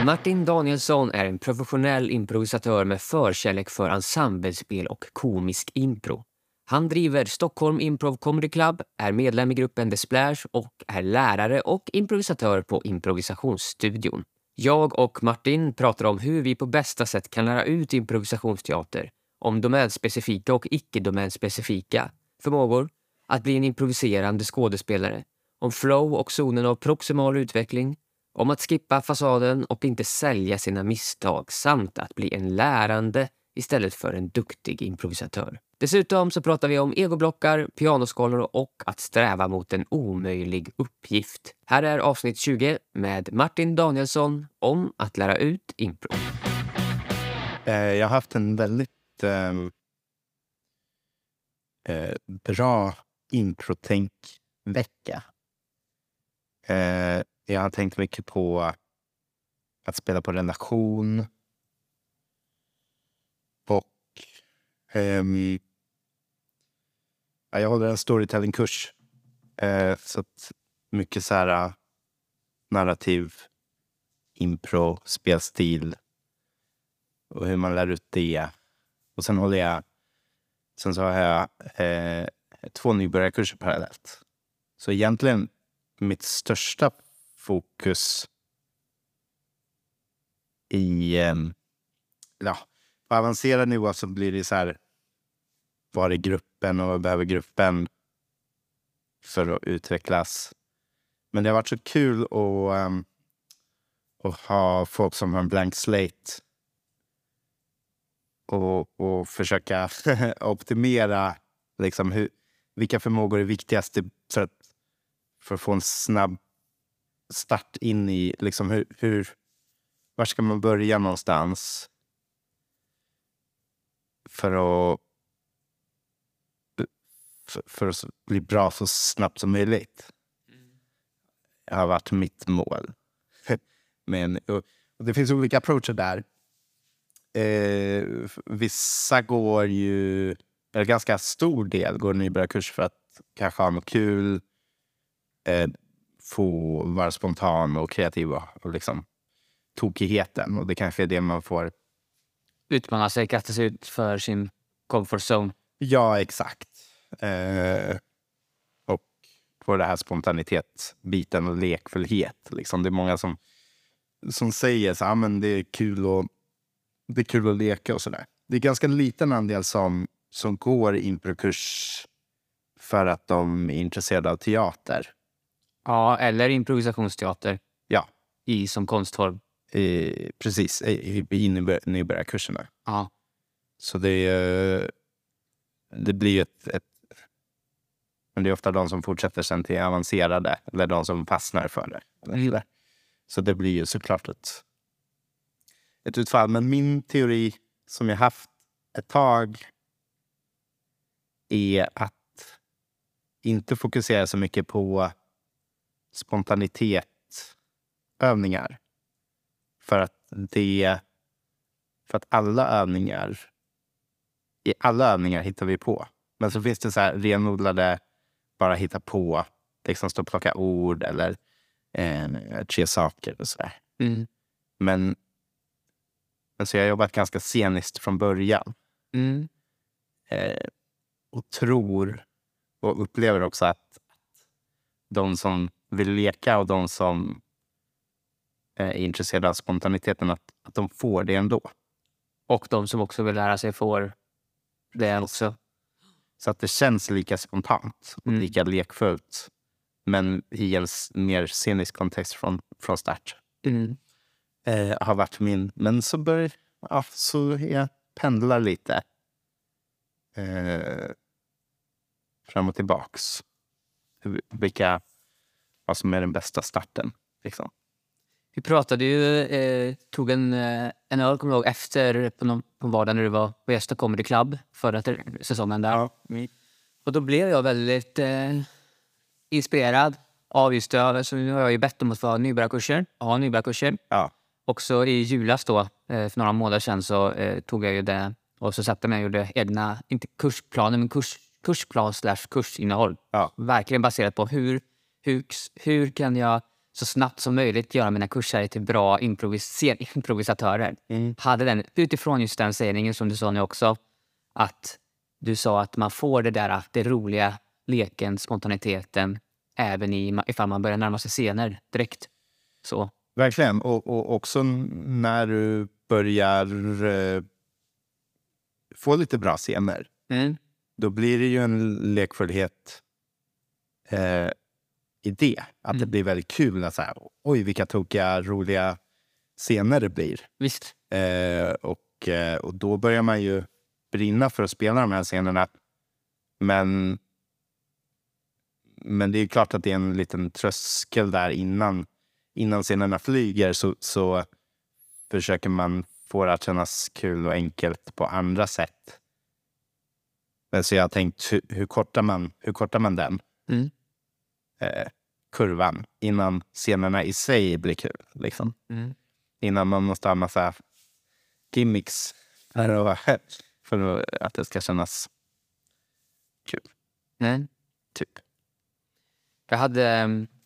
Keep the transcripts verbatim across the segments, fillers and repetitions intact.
Martin Danielsson är en professionell improvisatör med förkärlek för ensemblespel och komisk impro. Han driver Stockholm Improv Comedy Club, är medlem i gruppen The Splash och är lärare och improvisatör på Improvisationsstudion. Jag och Martin pratar om hur vi på bästa sätt kan lära ut improvisationsteater, om domänspecifika och icke-domänspecifika förmågor, att bli en improviserande skådespelare, om flow och zonen av proximal utveckling, om att skippa fasaden och inte sälja sina misstag samt att bli en lärande istället för en duktig improvisatör. Dessutom så pratar vi om egoblockar, pianoskalor och att sträva mot en omöjlig uppgift. Här är avsnitt tjugo med Martin Danielsson om att lära ut impro. Jag har haft en väldigt eh, eh, bra improtänk-vecka. Eh, jag har tänkt mycket på att spela på relation. Och ehm, ja, jag håller en storytelling-kurs. Eh, så att mycket så här uh, narrativ, impro, spelstil och hur man lär ut det. Och sen håller jag, sen så har jag eh, två nybörjarkurser parallellt. Så egentligen mitt största fokus i eh, ja, på avancerad nivå så blir det så här, var är gruppen och vad behöver gruppen för att utvecklas. Men det har varit så kul att, um, att ha folk som har en blank slate och, och försöka optimera liksom hur, vilka förmågor är viktigast för att, för att få en snabb start in i liksom hur, hur var ska man börja någonstans för att för, för att bli bra så snabbt som möjligt. Det har varit mitt mål. Men och, och det finns olika approacher där. Eh, vissa går ju, eller ganska stor del går nybörjarkurs för att kanske ha något kul, eh, få vara spontan och kreativ och, och liksom tokigheten. Och det kanske är det man får Utmana sig, kasta sig ut för sin comfort zone. Ja, exakt. Eh, och på det här spontanitetsbiten och lekfullhet. Liksom. Det är många som, som säger så, ah, men det är kul och det är kul att leka och sådär. Det är ganska liten andel som, som går improkurs för att de är intresserade av teater. Ja, eller improvisationsteater. Ja. I som konstform. Eh, precis, i, i nybörjarkurserna. Ja. Så det, det blir ett, ett... Men det är ofta de som fortsätter sen till avancerade. Eller de som fastnar för det. Mm. Så det blir ju såklart ett, ett utfall. Men min teori som jag haft ett tag är att inte fokusera så mycket på spontanitetövningar. För att det... För att alla övningar... I alla övningar hittar vi på. Men så finns det så här renodlade... Bara hitta på. Liksom stå och plocka ord eller eh, tre saker och sådär. Mm. Men, men så jag har jobbat ganska sceniskt från början. Mm. Eh, och tror och upplever också att de som vill leka och de som är intresserade av spontaniteten att, att de får det ändå. Och de som också vill lära sig får det också. Så att det känns lika spontant och Mm. lika lekfullt. Men i en mer scenisk kontext från, från start. Mm. Eh, har varit min... Men så börjar ja, så jag pendlar lite. Eh, fram och tillbaks. Vilka... Vad som är den bästa starten. Liksom. Vi pratade ju, eh, tog en, eh, en öl, kommer jag ihåg, efter på, någon, på vardagen när du var på Gästa Comedy Club förra ter- säsongen där. Ja. Mm. Och då blev jag väldigt eh, inspirerad av just det. Så nu har jag ju bett om att få ha nybörjarkurser. Ha nybörjarkurser. Ja. Också i julas då, eh, för några månader sedan så eh, tog jag ju det. Och så satte jag mig och gjorde egna, inte kursplaner, men kurs, kursplan slash kursinnehåll. Ja. Verkligen baserat på hur, hur, hur kan jag så snabbt som möjligt göra mina kursare till bra improvis- improvisatörer. Mm. Hade den, utifrån just den sägningen som du sa nu också, att du sa att man får det där, det roliga, leken, spontaniteten, även i, ifall man börjar närma sig scener direkt. Så. Verkligen, och, och också när du börjar eh, få lite bra scener, mm. då blir det ju en lekfullhet eh, i det. Att mm. det blir väldigt kul att säga, oj vilka tokiga, roliga scener det blir. Visst. Eh, och, eh, och då börjar man ju brinna för att spela de här scenerna. Men, men det är klart att det är en liten tröskel där innan, innan scenerna flyger, så, så försöker man få det att kännas kul och enkelt på andra sätt. Men så jag har tänkt, hur, hur, kortar, man, hur kortar man den mm. eh, kurvan innan scenerna i sig blir kul? Liksom. Mm. Innan man måste ha en massa gimmicks för att, för att det ska kännas kul. Mm. Typ. Jag hade...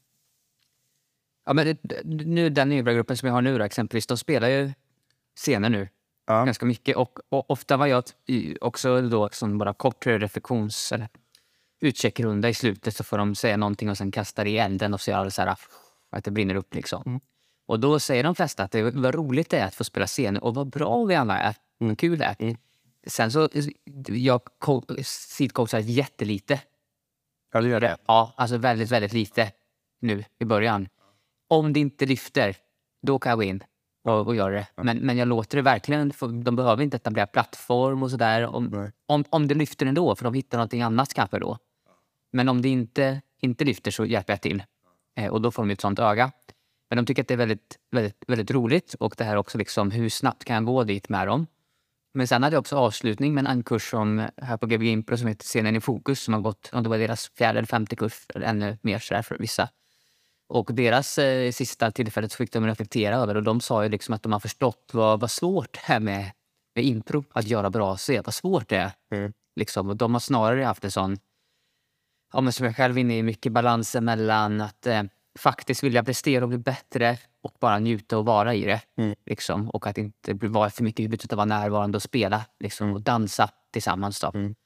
Ja, men det, nu, den nybörjargruppen som jag har nu då, exempelvis, de spelar ju scener nu. Ja. Ganska mycket. Och, och ofta var jag också då som bara kort reflektions- eller utcheckrunda i slutet, så får de säga någonting och sen kastar det i elden och så gör det så här att det brinner upp liksom. Mm. Och då säger de flesta att det var roligt det är att få spela scener och vad bra vi alla är. Mm. Kul det är. Mm. Sen så, jag sidcoachar jättelite. Ja, du gör det? Ja, alltså väldigt, väldigt lite nu i början. Om det inte lyfter, då kan jag gå in och, och göra det. Ja. Men, men jag låter det verkligen, för de behöver inte etablera plattform och sådär. Om, om, om det lyfter ändå, för de hittar någonting annat kanske då. Men om det inte, inte lyfter så hjälper jag till. Eh, och då får de ett sånt öga. Men de tycker att det är väldigt, väldigt, väldigt roligt. Och det här också liksom, hur snabbt kan jag gå dit med dem. Men sen hade jag också avslutning med en annan kurs som, här på G B Impro som heter Scenen i fokus. Som har gått, om det var deras fjärde eller femte kurs, eller ännu mer sådär för vissa. Och deras eh, sista tillfället fick de reflektera över. Och de sa ju liksom att de har förstått vad, vad svårt det här med, med impro. Att göra bra se, vad svårt det är. Mm. Liksom. Och de har snarare haft en sån, ja, men som jag själv är inne i, mycket balansen mellan att eh, faktiskt vilja prestera och bli bättre och bara njuta och vara i det. Mm. Liksom. Och att inte vara för mycket i huvudet utan vara närvarande och spela. Liksom, och dansa tillsammans. Då. Mm.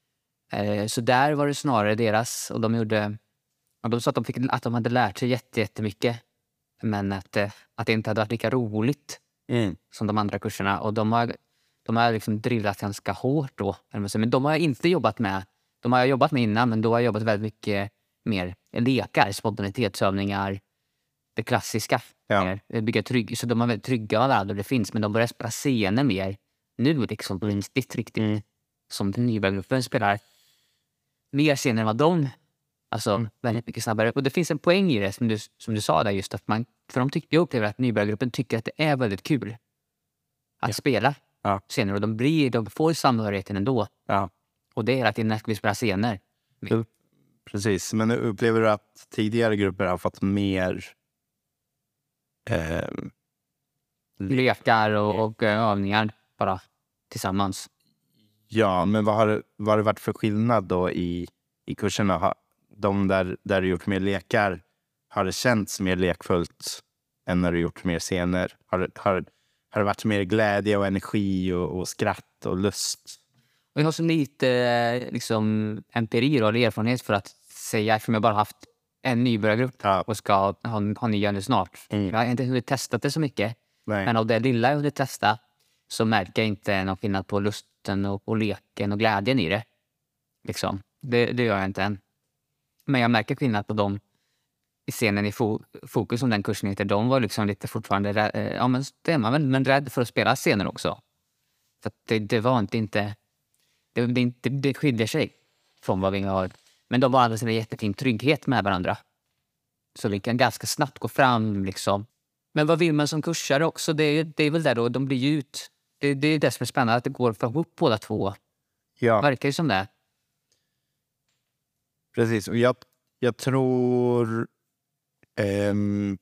Eh, så där var det snarare deras. Och de gjorde... Och de sa att de, fick, att de hade lärt sig jätte, jättemycket. Men att, att det inte hade varit lika roligt mm. som de andra kurserna. Och de har, de har liksom drillat ganska hårt då. Men de har jag inte jobbat med. De har jag jobbat med innan, men då har jag jobbat väldigt mycket mer lekar, spontanitetsövningar. Det klassiska. Ja. Bygga trygg, så de är väldigt trygga av alla det finns. Men de börjar spela scener mer nu liksom. Riktigt, riktigt. Mm. Som den nybörjargruppen spelar mer scener än vad de... Alltså mm. väldigt mycket snabbare. Och det finns en poäng i det som du, som du sa där just. Att man, för de tycker, jag upplever att nybörjargruppen tycker att det är väldigt kul att ja. spela ja. scener. Och de, blir, de får samhörigheten ändå. Ja. Och det är att det när vi spelar scener. Mm. Precis, men upplever du att tidigare grupper har fått mer... Eh, lekar och, och övningar bara tillsammans? Ja, men vad har, vad har det varit för skillnad då i, i kurserna? De där, där du gjort mer lekar, har det känts mer lekfullt än när du gjort mer scener? Har, har, har det varit mer glädje och energi och, och skratt och lust? Och jag har så lite liksom, empiri och erfarenhet för att säga, eftersom jag bara haft en nybörjargrupp ja. och ska ha, ha nya nu snart. Mm. Jag har inte hunnit testat det så mycket. Nej. Men av det lilla jag hunnit testa så märker jag inte någon skillnad på lusten och, och leken och glädjen i det. Liksom. Det, det gör jag inte än. Men jag märker skillnad på dem i scenen i fo- fokus som den kursen heter. De var liksom lite fortfarande rädd, ja men det är man väl, men rädd för att spela scener också. För att det, det var inte, inte det, det, det, det skiljer sig från vad vi har. Men de var alldeles en jättefin trygghet med varandra. Så vi kan ganska snabbt gå fram liksom. Men vad vill man som kursare också? Det är, det är väl där då, de blir ju ut. Det, det är det som är spännande, att det går för ihop båda två. Ja. Verkar ju som det. Precis, och jag, jag tror... Ehm,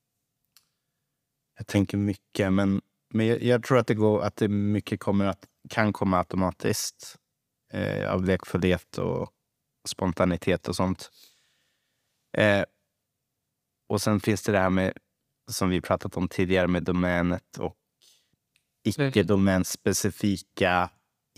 jag tänker mycket, men, men jag, jag tror att det, går, att det mycket kommer att, kan komma automatiskt. Eh, av lekfullhet och spontanitet och sånt. Eh, och sen finns det det här med, som vi pratat om tidigare, med domänet och icke-domänspecifika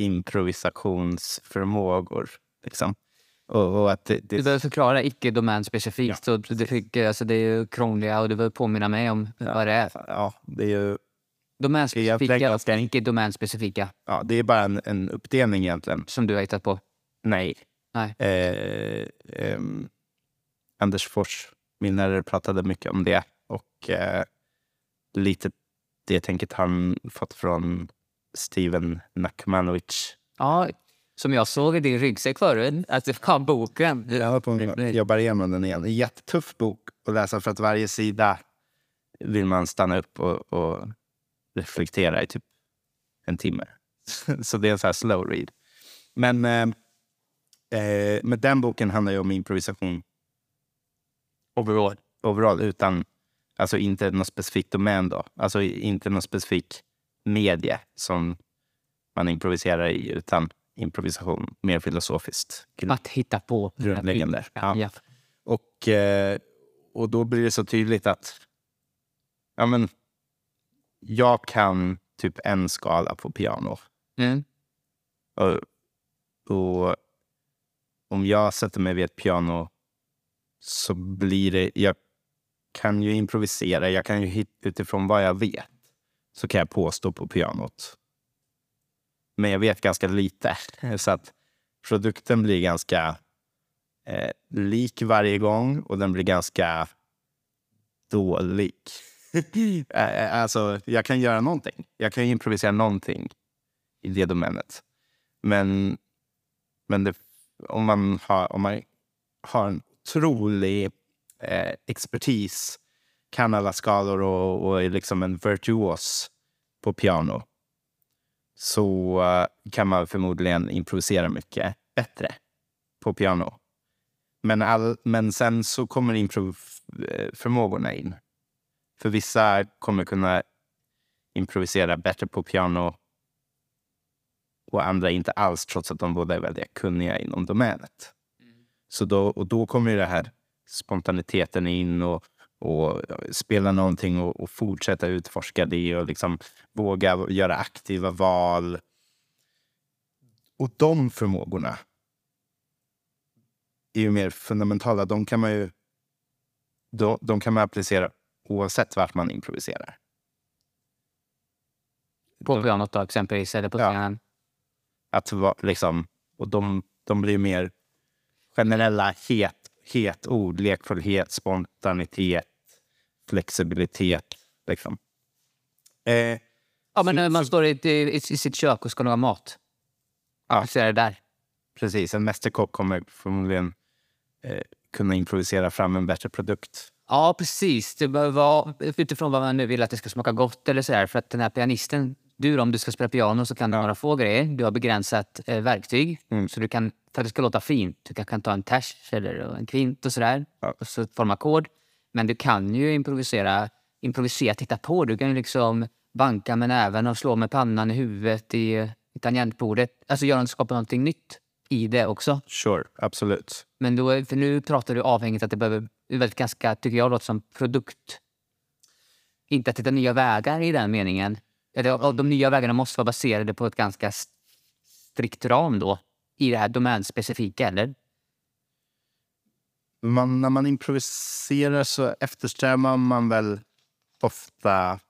improvisationsförmågor. Liksom. Och, och att det, det... Du behöver förklara icke-domänspecifikt. Ja. Så det, fick, alltså det är ju krångliga och du behöver påminna mig om ja, vad det är. Ja, det är ju... Domänspecifika och icke-domänspecifika. Ja, det är bara en, en uppdelning egentligen. Som du har hittat på? Nej. Nej. Eh, eh, Anders Fors, min lärare, pratade mycket om det. Och eh, lite det tänket har han fått från Steven Nachmanovic. Ja, som jag såg i din ryggsäck förut. Att det kom boken. Jag, på, jag jobbar igenom den igen. En jättetuff bok att läsa för att varje sida vill man stanna upp och, och reflektera i typ en timme. Så det är en så här slow read. Men, eh, eh, men den boken handlar ju om improvisation. Overall. Overall, utan... Alltså inte någon specifik domän då. Alltså inte någon specifik medie som man improviserar i, utan improvisation mer filosofiskt. Att hitta på. Grundläggande. Ja. Ja. Och, och då blir det så tydligt att ja, men, jag kan typ en skala på piano. Mm. Och, och om jag sätter mig vid ett piano så blir det... Jag kan ju improvisera. Jag kan ju hit, utifrån vad jag vet så kan jag påstå på pianot. Men jag vet ganska lite. Så att produkten blir ganska eh, lik varje gång och den blir ganska dålig. Alltså, jag kan göra någonting. Jag kan improvisera någonting i det domänet. Men, men det, om, man har, om man har en otrolig eh, expertis, kan alla skalor och, och är liksom en virtuos på piano, så uh, kan man förmodligen improvisera mycket bättre på piano. Men, all, men sen så kommer improv-förmågorna in. För vissa kommer kunna improvisera bättre på piano och andra inte alls, trots att de båda är väldigt kunniga inom domänet. Mm. Så då, och då kommer ju det här spontaniteten in och, och spela någonting och, och fortsätta utforska det och liksom våga göra aktiva val. Och de förmågorna är ju mer fundamentala. De kan man ju de, de kan man applicera oavsett vart man improviserar. På pianot då, exempelvis, eller på scenen. Ja. Att vara liksom, och de, de blir mer generella het, het ord, lekfullhet, spontanitet, flexibilitet, liksom. Eh, ja, men när man står i, i, i sitt kök och ska laga mat. Ja, så är det där. Precis, en mästerkock kommer förmodligen eh, kunna improvisera fram en bättre produkt. Ja, precis. Det behöver vara utifrån vad man nu vill att det ska smaka gott eller så här. För att den här pianisten, du om du ska spela piano så kan du ha några få grejer. Du har begränsat eh, verktyg. Mm. Så du kan, för att det ska låta fint, du kan, kan ta en ters eller en kvint och sådär. Ja. Och så forma ackord. Men du kan ju improvisera, improvisera, titta på. Du kan ju liksom banka med näven och slå med pannan i huvudet i, i tangentbordet. Alltså göra skapa någonting nytt i det också. Sure, absolut. Men då, för nu pratar du avhängigt att det behöver, det är väldigt ganska, tycker jag, låter som produkt. Inte att hitta nya vägar i den meningen. Eller, de nya vägarna måste vara baserade på ett ganska strikt ram då. I det här domänspecifika, eller? Man, när man improviserar så eftersträvar man väl ofta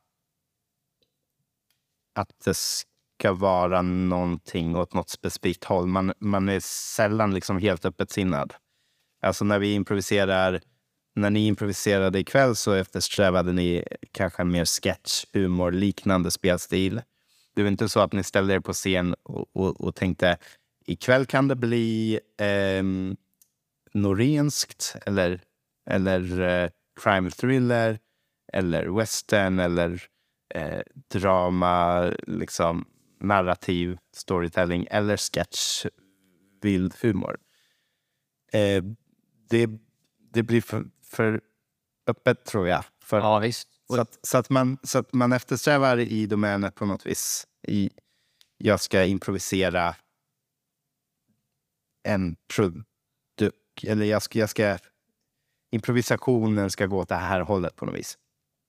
att det ska vara någonting åt något specifikt håll. Man, man är sällan liksom helt öppet sinnad. Alltså när vi improviserar, när ni improviserade ikväll så eftersträvade ni kanske en mer sketch, humor, liknande spelstil. Det var inte så att ni ställde er på scen och, och, och tänkte ikväll kan det bli eh, norenskt eller, eller eh, crime thriller eller western eller eh, drama, liksom narrativ storytelling eller sketch, vild humor. Eh, det, det blir för, för öppet, tror jag. För, ja, visst. Så att, så, att man, så att man eftersträvar i domänet på något vis. I, jag ska improvisera en produkt. Eller jag ska, jag ska improvisationen ska gå åt det här hållet på något vis.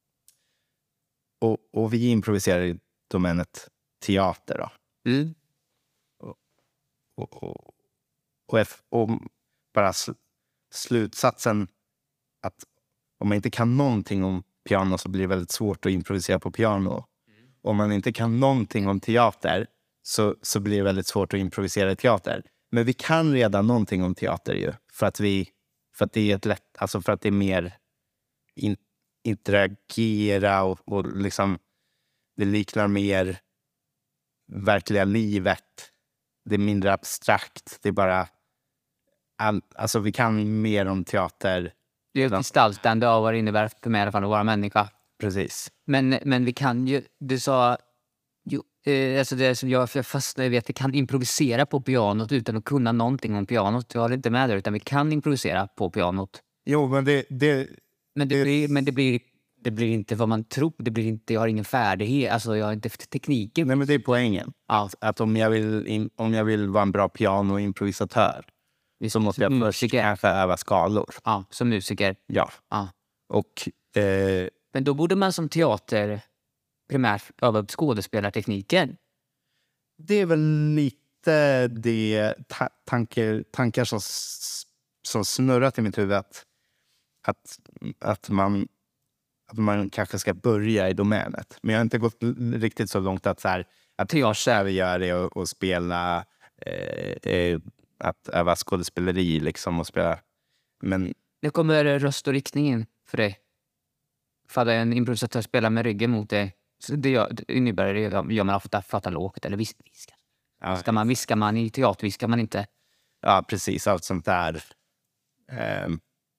Och, och vi improviserar i domänet teater då. Mm. Och, och, och, och, och bara sl, slutsatsen att om man inte kan någonting om piano så blir det väldigt svårt att improvisera på piano. Mm. Om man inte kan någonting om teater så, så blir det väldigt svårt att improvisera i teater. Men vi kan redan någonting om teater ju. För att, vi, för att det är ett lätt, alltså för att det är mer in, interagera och, och liksom det liknar mer verkliga livet. Det är mindre abstrakt. Det är bara all, alltså vi kan mer om teater. Det är ett gestaltande av vad det innebär för mig i alla fall att vara människa. Precis. Men, men vi kan ju, du sa, jo, eh, alltså det som jag, jag fastnade vid att vi kan improvisera på pianot utan att kunna någonting om pianot. Jag har inte med det, utan vi kan improvisera på pianot. Jo, men det... det men det, det, blir, men det blir... Det blir inte vad man tror. Det blir inte, jag har ingen färdighet. Alltså jag har inte tekniken. Nej, men det är poängen. Ja. Att, att om, jag vill in, om jag vill vara en bra pianoimprovisatör så måste jag först kanske öva skalor. Ja, som musiker. Ja. Ja. Och, eh, men då borde man som teater primärt öva upp skådespelartekniken. Det är väl lite det ta- tankar, tankar som, som snurrat i mitt huvud. Att, att, att man... att man kanske ska börja i domänet. Men jag har inte gått riktigt så långt att så här, att teater vi gör det och, och spela eh, eh, att öva skådespeleri liksom och spela. Men det kommer röst och riktningen för dig. För att en improvisatör spelar med ryggen mot dig. Så det gör, det innebär det gör man ofta fatta lågt eller vis, viska. Ja. Ska man viska man i teater viskar man inte. Ja, precis. Allt sånt där. Eh,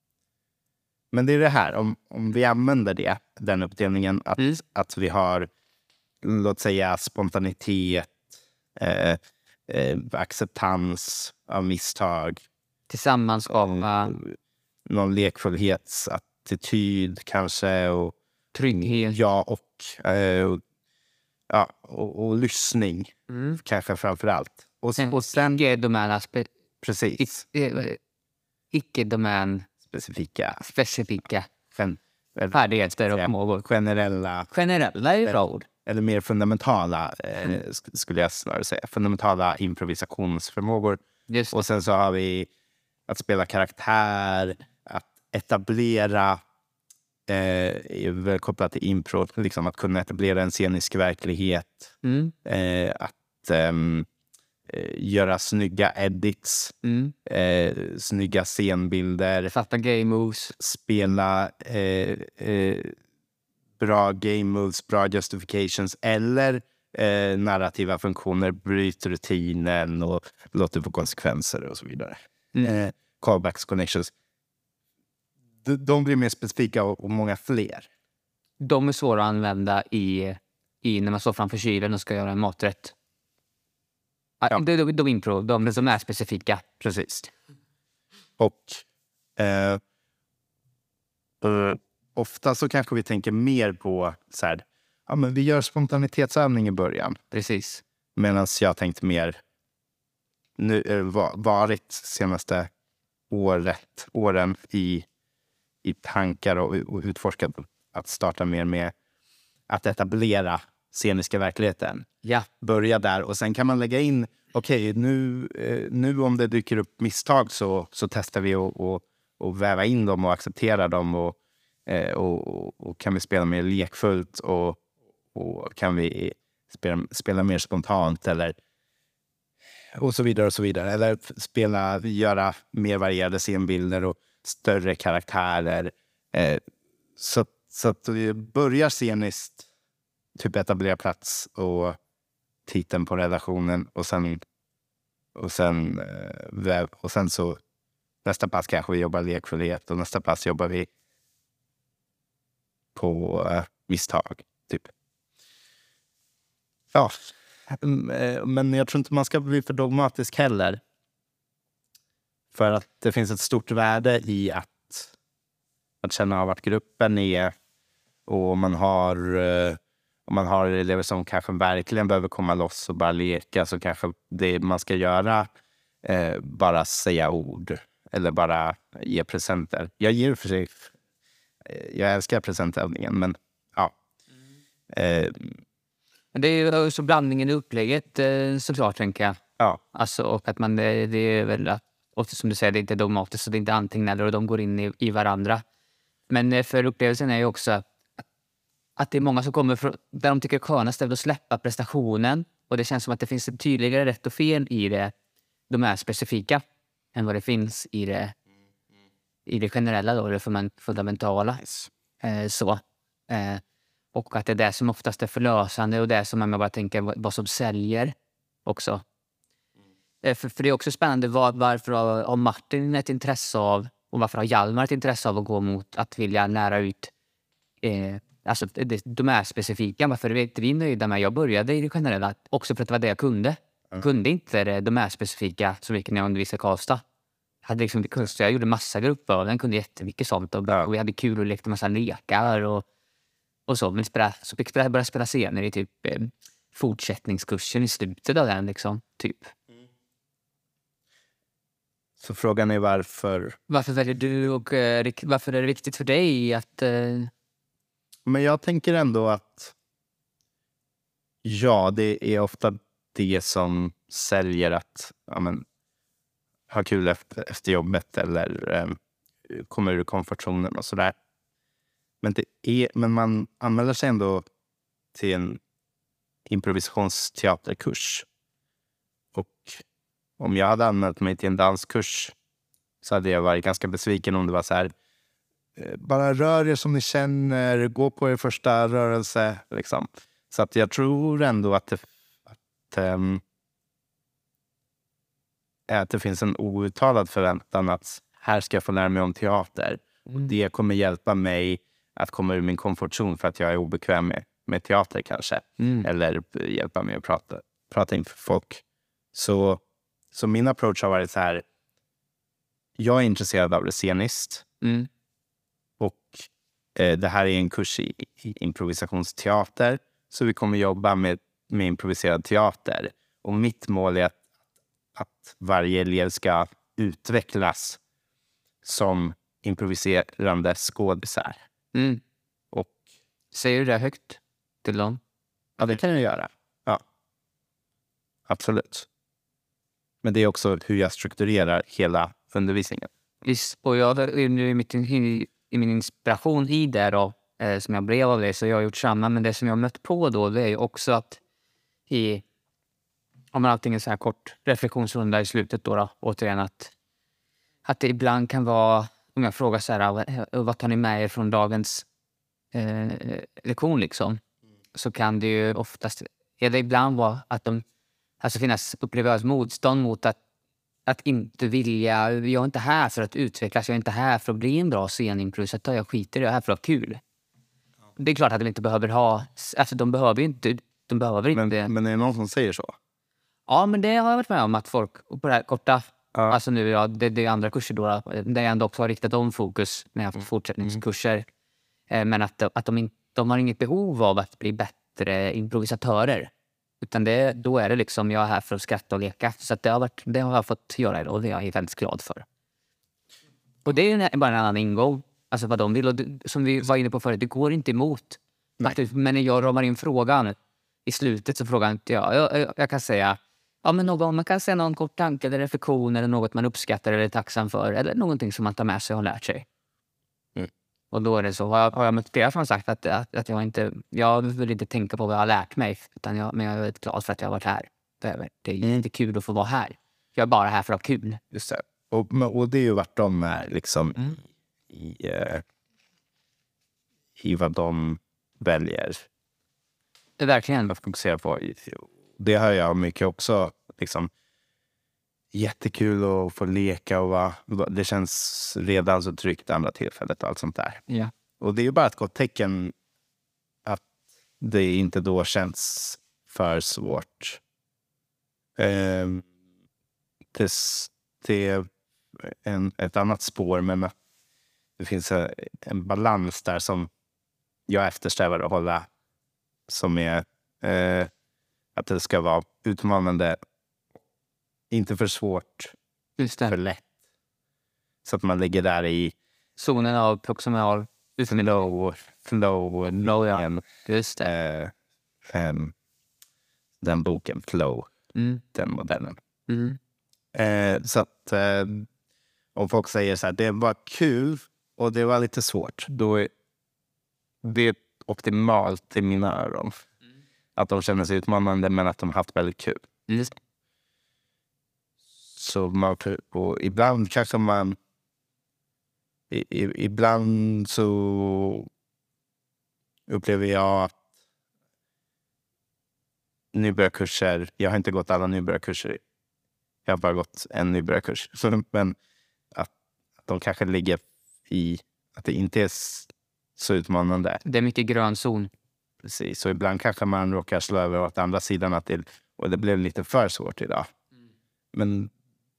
Men det är det här, om, om vi använder det, den uppdelningen, att, mm. att vi har, låt säga, spontanitet, eh, eh, acceptans av misstag. Tillsammans skapa... Eh, någon lekfullhetsattityd kanske. Och, trygghet. Ja, och, eh, och, ja, och, och lyssning, mm. kanske framför allt. Och, sen, och sen... Icke-domäna... Precis. Icke-domän... Specifika. Specifika. Gen, färdigheter och förmågor. Generella. Generella är bra ord. Eller mer fundamentala, eh, skulle jag snarare säga. Fundamentala improvisationsförmågor. Just. Och sen så har vi att spela karaktär, att etablera, eh, är väl kopplat till impro, liksom att kunna etablera en scenisk verklighet. Mm. Eh, att... Ehm, göra snygga edits, mm. eh, snygga scenbilder. Fatta game moves. Spela eh, eh, bra game moves, bra justifications eller eh, narrativa funktioner, bryt rutinen och låter få konsekvenser och så vidare. Mm. Eh, callbacks, connections. De, de blir mer specifika och, och många fler. De är svåra att använda i, i när man står framför kylen och ska göra en maträtt. Ja. De, de, de impro, de som är specifika. Precis. Och eh, uh, ofta så kanske vi tänker mer på så här, ja men vi gör spontanitetsövning i början. Precis. Medan jag tänkte mer nu uh, varit senaste året, åren i, i tankar och, och utforskat att starta mer med att etablera sceniska verkligheten. Ja. Börja där och sen kan man lägga in okej, okay, nu, eh, nu om det dyker upp misstag så, så testar vi och, och, och väva in dem och acceptera dem och, eh, och, och kan vi spela mer lekfullt och, och kan vi spela, spela mer spontant eller och så vidare och så vidare. Eller spela, göra mer varierade scenbilder och större karaktärer. Eh, så, så att vi börjar sceniskt typ etablera plats och titeln på relationen och sen och sen eh, och sen så nästa pass kanske vi jobbar lekfullhet och nästa pass jobbar vi på eh, misstag typ. Ja, men jag tror inte man ska bli för dogmatisk heller. För att det finns ett stort värde i att att känna av vart gruppen är och man har eh, om man har elever som kanske verkligen behöver komma loss och bara leka så kanske det man ska göra eh, bara säga ord. Eller bara ge presenter. Jag ger för sig... Jag älskar presentövningen, men ja. Mm. Eh, Det är ju så blandningen i upplägget eh, såklart, tänker jag. ja. Alltså, och att man, det, det är väl att, och som du säger, det är inte dogmatiskt, så det är inte antingen eller, och de går in i, i varandra. Men eh, för upplevelsen är ju också att, att det är många som kommer från, där de tycker det är skönast är att släppa prestationen. Och det känns som att det finns ett tydligare rätt och fel i det, de är specifika, än vad det finns i det, i det generella, då, det fundamentala. Nice. Eh, så. Eh, och att det är det som oftast är förlösande och det som man bara tänker vad, vad som säljer också. Eh, för, för det är också spännande var, varför har, har Martin ett intresse av, och varför har Hjalmar ett intresse av att gå mot att vilja lära ut eh, alltså det, de är specifika. Varför är inte vi nöjda med? Jag började i det generella också för att det var det jag kunde. Jag kunde inte det, de är specifika så mycket när jag undervisade i Karlstad. Jag hade liksom, jag gjorde massa grupper, den kunde jättemycket sånt och, och vi hade kul och lekte massa lekar och, och så. Men spela, så fick jag börja spela scener i typ eh, fortsättningskursen i slutet av den liksom, typ. Mm. Så frågan är varför... Varför väljer du och eh, varför är det viktigt för dig att... Eh... Men jag tänker ändå att ja, det är ofta det som säljer att ja, men, ha kul efter, efter jobbet eller eh, komma ur komfortzonen och sådär. Men, det är, men man anmäler sig ändå till en improvisationsteaterkurs. Och om jag hade anmält mig till en danskurs så hade jag varit ganska besviken om det var så här: bara rör er som ni känner, gå på er första rörelse. Liksom. Så att jag tror ändå att det, att, um, att det finns en outtalad förväntan att här ska jag få lära mig om teater. Mm. Det kommer hjälpa mig att komma ur min komfortzon för att jag är obekväm med, med teater kanske. Mm. Eller hjälpa mig att prata, prata inför folk. Så, så min approach har varit så här: jag är intresserad av det sceniskt. Mm. Och eh, det här är en kurs i, i improvisationsteater. Så vi kommer jobba med, med improviserad teater. Och mitt mål är att, att varje elev ska utvecklas som improviserande skådisar. Mm. Och säger du det högt till dem? Ja, det kan jag göra. Ja. Absolut. Men det är också hur jag strukturerar hela undervisningen. Visst, och jag i, mitt, i, i min inspiration i det då, eh, som jag blev av det, så jag har gjort samma. Men det som jag har mött på då, det är ju också att i, om man allting en så här kort reflektionsrunda i slutet då, då återigen att, att det ibland kan vara, om jag frågar så här, vad, vad tar ni med er från dagens eh, lektion liksom, så kan det ju oftast, är det ibland vara att de, alltså finnas, upplever ett motstånd mot att Att inte vilja, jag är inte här för att utvecklas, jag är inte här för att bli en bra scenimprovisatör, jag skiter i det, jag är här för att ha kul. Det är klart att de inte behöver ha, alltså de behöver ju inte, de behöver inte. Men, men är det någon som säger så? Ja, men det har jag varit med om att folk, på det här korta, ja. Alltså nu, ja, det, det är andra kurser då, där jag ändå också har riktat om fokus när jag har haft fortsättningskurser. Mm. Men att, att de, in, de har inget behov av att bli bättre improvisatörer. Utan det, då är det liksom, jag är här för att skratta och leka. Så att det, har varit, det har jag fått göra idag och det är jag väldigt glad för. Och det är ju bara en annan ingång. Alltså vad de vill. Och det, som vi var inne på förut, det går inte emot. Faktiskt, men när jag ramar in frågan i slutet så frågar inte jag. Jag, jag, jag kan säga, ja, men någon, man kan säga någon kort tanke eller reflektion eller något man uppskattar eller är tacksam för. Eller någonting som man tar med sig och har lärt sig. Mm. Och då är det så, har jag, har jag mött flera som sagt att, att, att jag inte, jag vill inte tänka på vad jag har lärt mig. Utan jag, men jag är väldigt glad för att jag har varit här. Det är inte kul att få vara här. Jag är bara här för att ha kul. Just det. Och, och det är ju vart de är liksom mm. i, uh, i vad de väljer. Det är verkligen. Att fokusera på. Det har jag mycket också liksom jättekul att få leka och va, det känns redan så tryggt andra tillfället och allt sånt där. Ja. Och det är ju bara ett gott tecken att det inte då känns för svårt. Eh, det, det är en, ett annat spår, men det finns en, en balans där som jag eftersträvar att hålla, som är eh, att det ska vara utmanande. Inte för svårt, Just det. För lätt. Så att man ligger där i Zonen av proximal flow, flow, flow, ja. en, Just det. eh, em, den boken, Flow, Mm. den modellen. Mm. Eh, så att eh, om folk säger så här, det var kul och det var lite svårt, då är det optimalt i mina öron. Mm. Att de känner sig utmanande men att de har haft väldigt kul. Mm. Så man, och ibland kanske man i, i, ibland så upplever jag att nybörjarkurser, jag har inte gått alla nybörjarkurser, jag har bara gått en nybörjarkurs, så, men att, att de kanske ligger i att det inte är s- så utmanande. Det är mycket grön zon. Precis, så ibland kanske man råkar slå över åt andra sidan att det, och det blev lite för svårt idag. Men,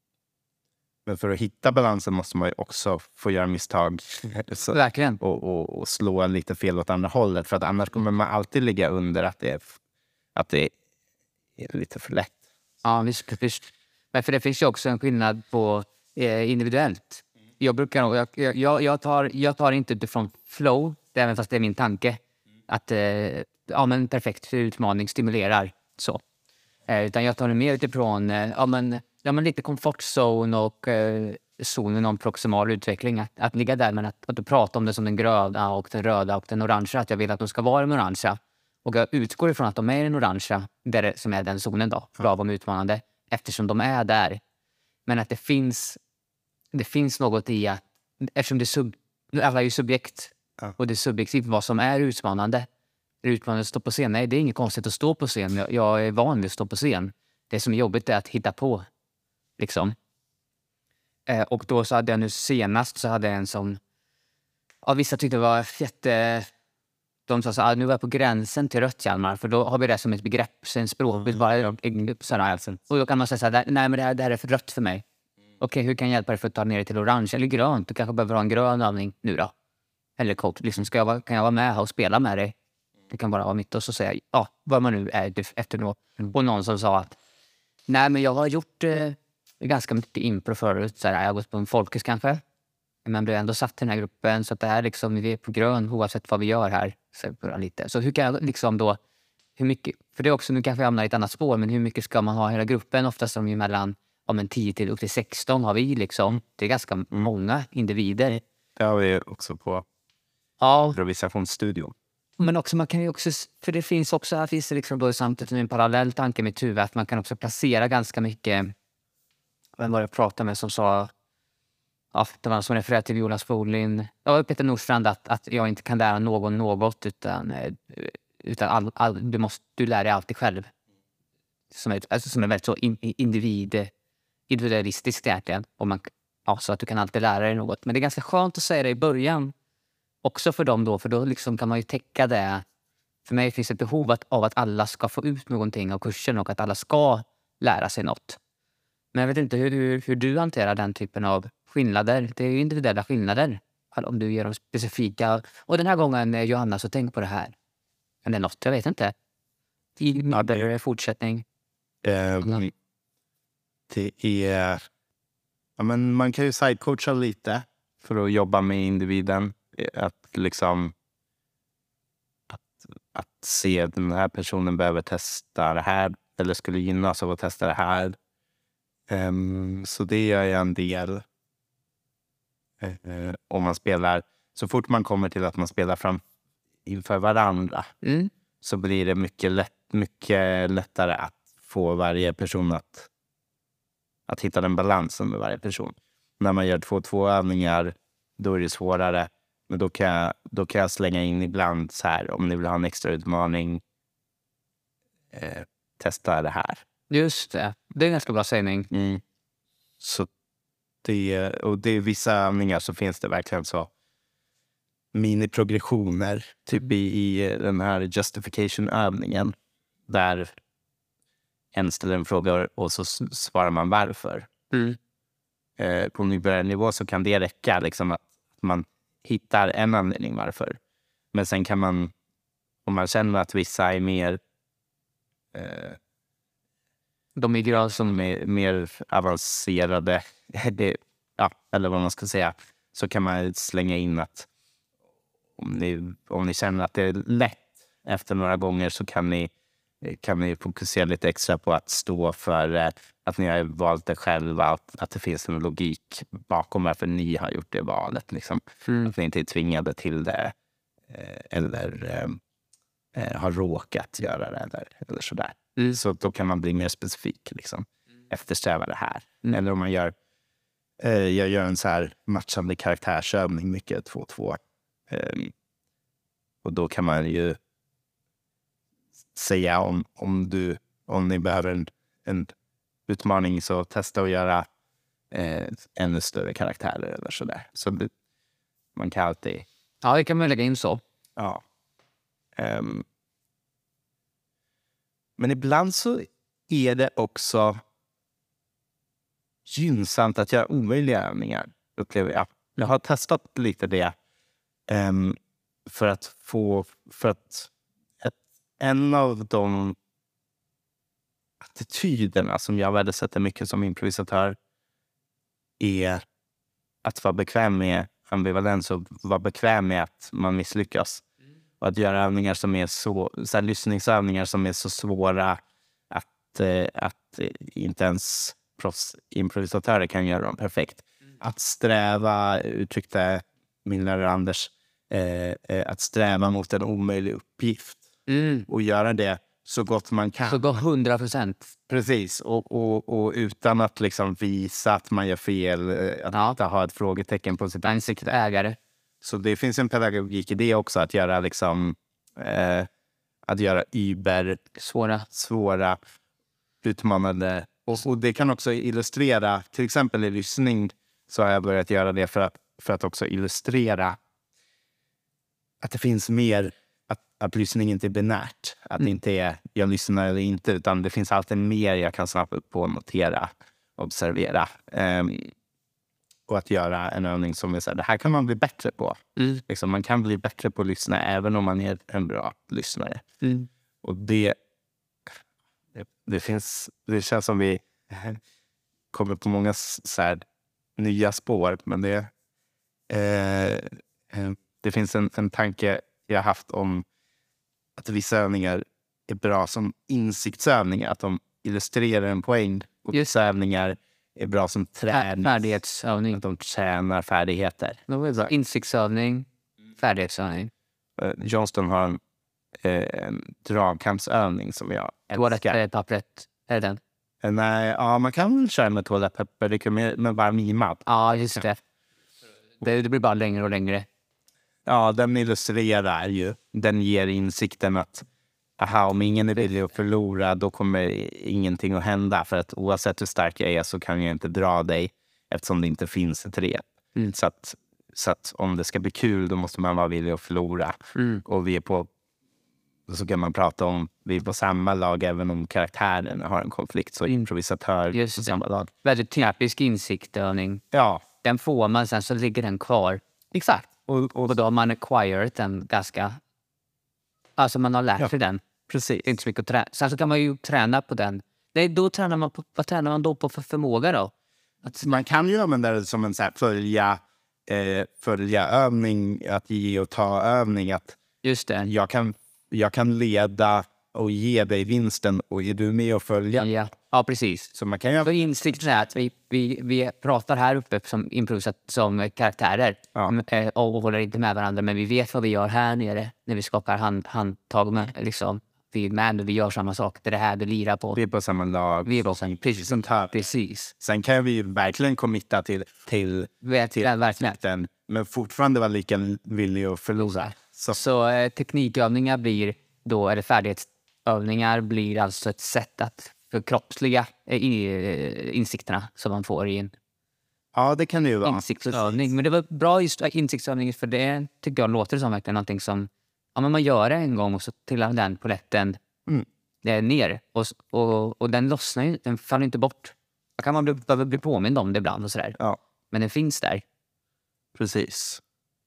men för att hitta balansen måste man ju också få göra misstag så, Verkligen. och, och, och slå lite fel åt andra hållet. För att annars kommer man alltid ligga under att det är, att det är lite för lätt. Ja, visst. visst. Men för det finns ju också en skillnad på eh, individuellt. Jag brukar nog- jag, jag, jag, tar, jag tar inte utifrån flow, även fast det är min tanke. Att eh, ja, men perfekt utmaning stimulerar så. Eh, utan jag tar det mer utifrån eh, ja, men, ja, men lite komfortzone och eh, zonen om proximal utveckling. Att, att ligga där, men att, att du pratar om det som den gröna och den röda och den orangea. Att jag vill att de ska vara den orangea. Och jag utgår ifrån att de är i den orangea, där det, som är den zonen då, lagom utmanande, eftersom de är där. Men att det finns, det finns något i att, eftersom det är sub, alla är ju subjekt, Ja. och det är subjektivt vad som är utmanande. Är det utmanande att stå på scen? Nej, det är inget konstigt att stå på scen. Jag, jag är van vid att stå på scen. Det som är jobbigt är att hitta på, liksom. Eh, och då så hade jag nu senast så hade jag en som, ja, vissa tyckte det var jätte... De sa så här, nu var jag på gränsen till rött, Hjalmar, för då har vi det som ett begrepp, sen språkligt bara sådär. Och då kan man säga så här, nej men det här, det här är för rött för mig. Okej, hur kan jag hjälpa dig för att ta ner det till orange eller grönt? Du kanske behöver ha en grön övning nu då. Eller coach, liksom, ska jag vara, kan jag vara med här och spela med dig? Det kan bara vara mitt, och så säga, ja, vad man nu är efter då. Och någon som sa att, nej men jag har gjort eh, ganska mycket impro förut, så här, jag har gått på en folkis kanske. Men blev ändå satt i den här gruppen, så att det är liksom, vi är på grön oavsett vad vi gör här. Så, lite. Så hur kan jag liksom då, hur mycket, för det är också, nu kanske jag hamnar i ett annat spår, men hur mycket ska man ha hela gruppen? Oftast som ju mellan om en tio till upp till sexton har vi liksom. Det är ganska många individer. Det har vi också på Ja, improvisationsstudion. men också man kan ju också, för det finns också, här finns det liksom då samtidigt en parallell tanke med huvud, att man kan också placera ganska mycket. Vem var det jag pratade med som sa, ja, det var någon som refererade till Jonas Folin, ja, Peter Nordstrand, att, att jag inte kan lära någon något, utan, eh, utan all, all, du, måste, du lär dig alltid själv. Som är, alltså, som är väldigt så in, individ, individualistiskt egentligen. Och man, ja, så att du kan alltid lära dig något. Men det är ganska skönt att säga det i början. Också för dem då, för då liksom kan man ju täcka det. För mig finns ett behov att, av att alla ska få ut någonting av kursen och att alla ska lära sig något. Men jag vet inte hur, hur, hur du hanterar den typen av skillnader. Det är ju individuella skillnader. Om du ger dem specifika. Och den här gången, eh, Johanna, så tänk på det här. Eller något, jag vet inte. I Ja, det- ja, fortsättning. Eh, det är... Ja, men man kan ju sidecoacha lite för att jobba med individen. Att liksom... Att, att se att den här personen behöver testa det här eller skulle gynnas av att testa det här. Ehm, så det gör jag en del. Eh, om man spelar... Så fort man kommer till att man spelar fram inför varandra Mm. så blir det mycket, lätt, mycket lättare att få varje person att, att hitta den balansen med varje person. När man gör två två övningar, då är det svårare. Men då kan, jag, då kan jag slänga in ibland så här, om ni vill ha en extra utmaning, eh, testa det här. Just det. Det är en ganska bra sägning. Mm. Så det, och det är vissa övningar så finns det verkligen så miniprogressioner, typ i, i den här justification-övningen där en ställer en fråga och så s- svarar man varför. Mm. Eh, på nybörjarnivå så kan det räcka liksom att man hittar en anledning varför. Men sen kan man, om man känner att vissa är mer eh, De är grön som... som är mer avancerade, det, ja, eller vad man ska säga, så kan man slänga in att om ni, om ni känner att det är lätt efter några gånger så kan ni, kan ni fokusera lite extra på att stå för eh, att ni har valt det själva, att, att det finns en logik bakom varför ni har gjort det valet. Liksom. Mm. Att ni inte är tvingade till det eh, eller eh, eh, har råkat göra det eller, eller sådär. Mm. Så då kan man bli mer specifik. Liksom. Eftersträva det här. Mm. Eller om man gör, eh, jag gör en så här matchande karaktärsövning, mycket två två. Eh, och då kan man ju säga om, om, du, om ni behöver en, en utmaning, så testa att göra eh, ännu större karaktärer eller sådär. Så det, man kan alltid... Ja, det kan man lägga in så. Ja. Um, men ibland så är det också gynnsamt att göra omöjliga övningar, upplever jag. Jag har testat lite det um, för att få... För att ett, en av de attityderna som jag värdesätter mycket som improvisatör är att vara bekväm med ambivalens och vara bekväm med att man misslyckas. Mm. Och att göra övningar som är så, så här, lyssningsövningar som är så svåra att, eh, att eh, inte ens proffsimprovisatörer kan göra dem perfekt. Mm. Att sträva, uttryckte min lärare Anders, eh, eh, att sträva mot en omöjlig uppgift. Mm. Och göra det så gott man kan. Så gott hundra procent. Precis. Och, och, och utan att liksom visa att man gör fel. Att ja. inte ha ett frågetecken på sitt ansikte. Ägare. Så det finns en pedagogik i det också. Att göra liksom... Eh, att göra yber... Svåra. Svåra. Utmanande. Och, och det kan också illustrera... Till exempel i lyssning så har jag börjat göra det för att, för att också illustrera att det finns mer... Att, att lyssning inte är binärt. Att mm. det inte är jag lyssnar eller inte. Utan det finns alltid mer jag kan snabba upp på, notera, observera. Um, och att göra en övning som är så här, det här kan man bli bättre på. Mm. Liksom, man kan bli bättre på att lyssna även om man är en bra lyssnare. Mm. Och det, det, det finns, det känns som vi kommer på många så här, nya spår. Men det, eh, det finns en, en tanke jag har haft om att vissa övningar är bra som insiktsövningar. Att de illustrerar en poäng. Och vissa övningar är bra som träning. Färdighetsövning. Att de tränar färdigheter. Insiktsövning, färdighetsövning. Uh, Johnston har en, uh, en dragkampsövning som jag älskar. Toalettpappret, är det den? Uh, nej, ja, man kan väl köra med toalettpapper. Det kan med, med varm imat. Ja, just det. det. Det blir bara längre och längre. Ja, den illustrerar ju. Den ger insikten att aha, om ingen är villig att förlora, då kommer ingenting att hända. För att oavsett hur stark jag är så kan jag inte dra dig eftersom det inte finns ett rep. Mm. Så, att, så att om det ska bli kul, då måste man vara villig att förlora. Mm. Och vi är på, så kan man prata om, vi är på samma lag även om karaktären har en konflikt. Så improvisatör just på samma lag. Väldigt typisk insiktövning. Ja. Den får man, sen så ligger den kvar. Exakt. Och, och, och då har man acquired den ganska... Alltså man har lärt sig ja. den. Precis. Inte så mycket att träna. Sen så kan man ju träna på den. Nej, då tränar man på, vad tränar man då på för förmåga då? Att... Man kan ju använda det som en så här följa, eh, följa övning, att ge och ta övning. Att just det. Jag kan, jag kan leda och ge dig vinsten och är du med och följa? Ja, ja precis. Så man kan ju... Så insikten är att vi, vi, vi pratar här uppe som improvisat som karaktärer ja. och håller inte med varandra, men vi vet vad vi gör här nere när vi skapar hand, handtag med liksom. Vi är med och vi gör samma sak. Det är det här vi lirar på. Vi är på samma lag. Vi är på samma precis. Sånt här. Precis. Sen kan vi verkligen committa till, till, till ja, verkligen. Men fortfarande vara lika villig att förlora. Så, Så eh, teknikövningar blir då, eller färdighetsövningar blir alltså ett sätt att förkroppsliga eh, insikterna som man får i en ja, det kan det ju vara. Insiktsövning. Precis. Men det var bra just insiktsövning, för det tycker jag låter som verkligen någonting som ja, men man gör det en gång och så trillar den poletten mm. det är ner. Och, och, och den lossnar ju, den faller inte bort. Då kan man bli, behöva bli påmind om det ibland och sådär. Ja. Men den finns där. Precis.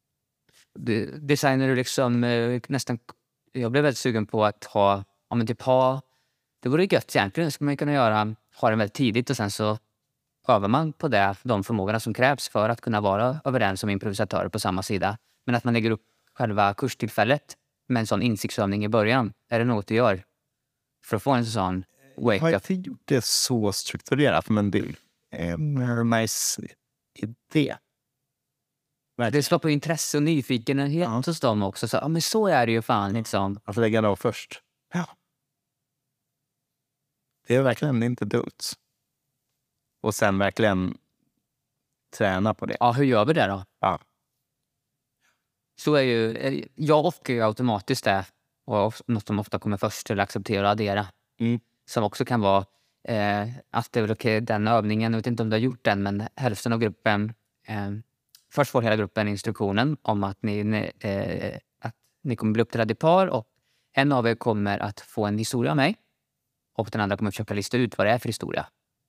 Det, designar du liksom eh, nästan... Jag blev väldigt sugen på att ha... Ja, men typ ha... Det vore gött egentligen. Det skulle man kunna göra. Ha den väldigt tidigt och sen så övar man på det, de förmågorna som krävs för att kunna vara överens som improvisatörer på samma sida. Men att man lägger upp själva kurstillfället med en sån insiktsövning i början. Är det något du gör för att få en sån Jag har wake-up? inte gjort det så strukturerat, men det är en nice idé. Det skapar ju intresse och nyfikenhet Ja. hos dem också. Så, ja, men så är det ju fan liksom. Att lägga det av först. Ja. Det är verkligen inte dumt. Och sen verkligen träna på det. Ja, hur gör vi det då? Ja. Så är ju, eh, jag offrar ju automatiskt det. Och något som ofta kommer först till att acceptera och addera. Mm. Som också kan vara eh, att det är väl okej, den övningen, jag vet inte om du har gjort den, men hälften av gruppen, eh, först får hela gruppen instruktionen om att ni, ni, eh, att ni kommer bli uppdelade i par och en av er kommer att få en historia av mig och den andra kommer försöka lista ut vad det är för historia.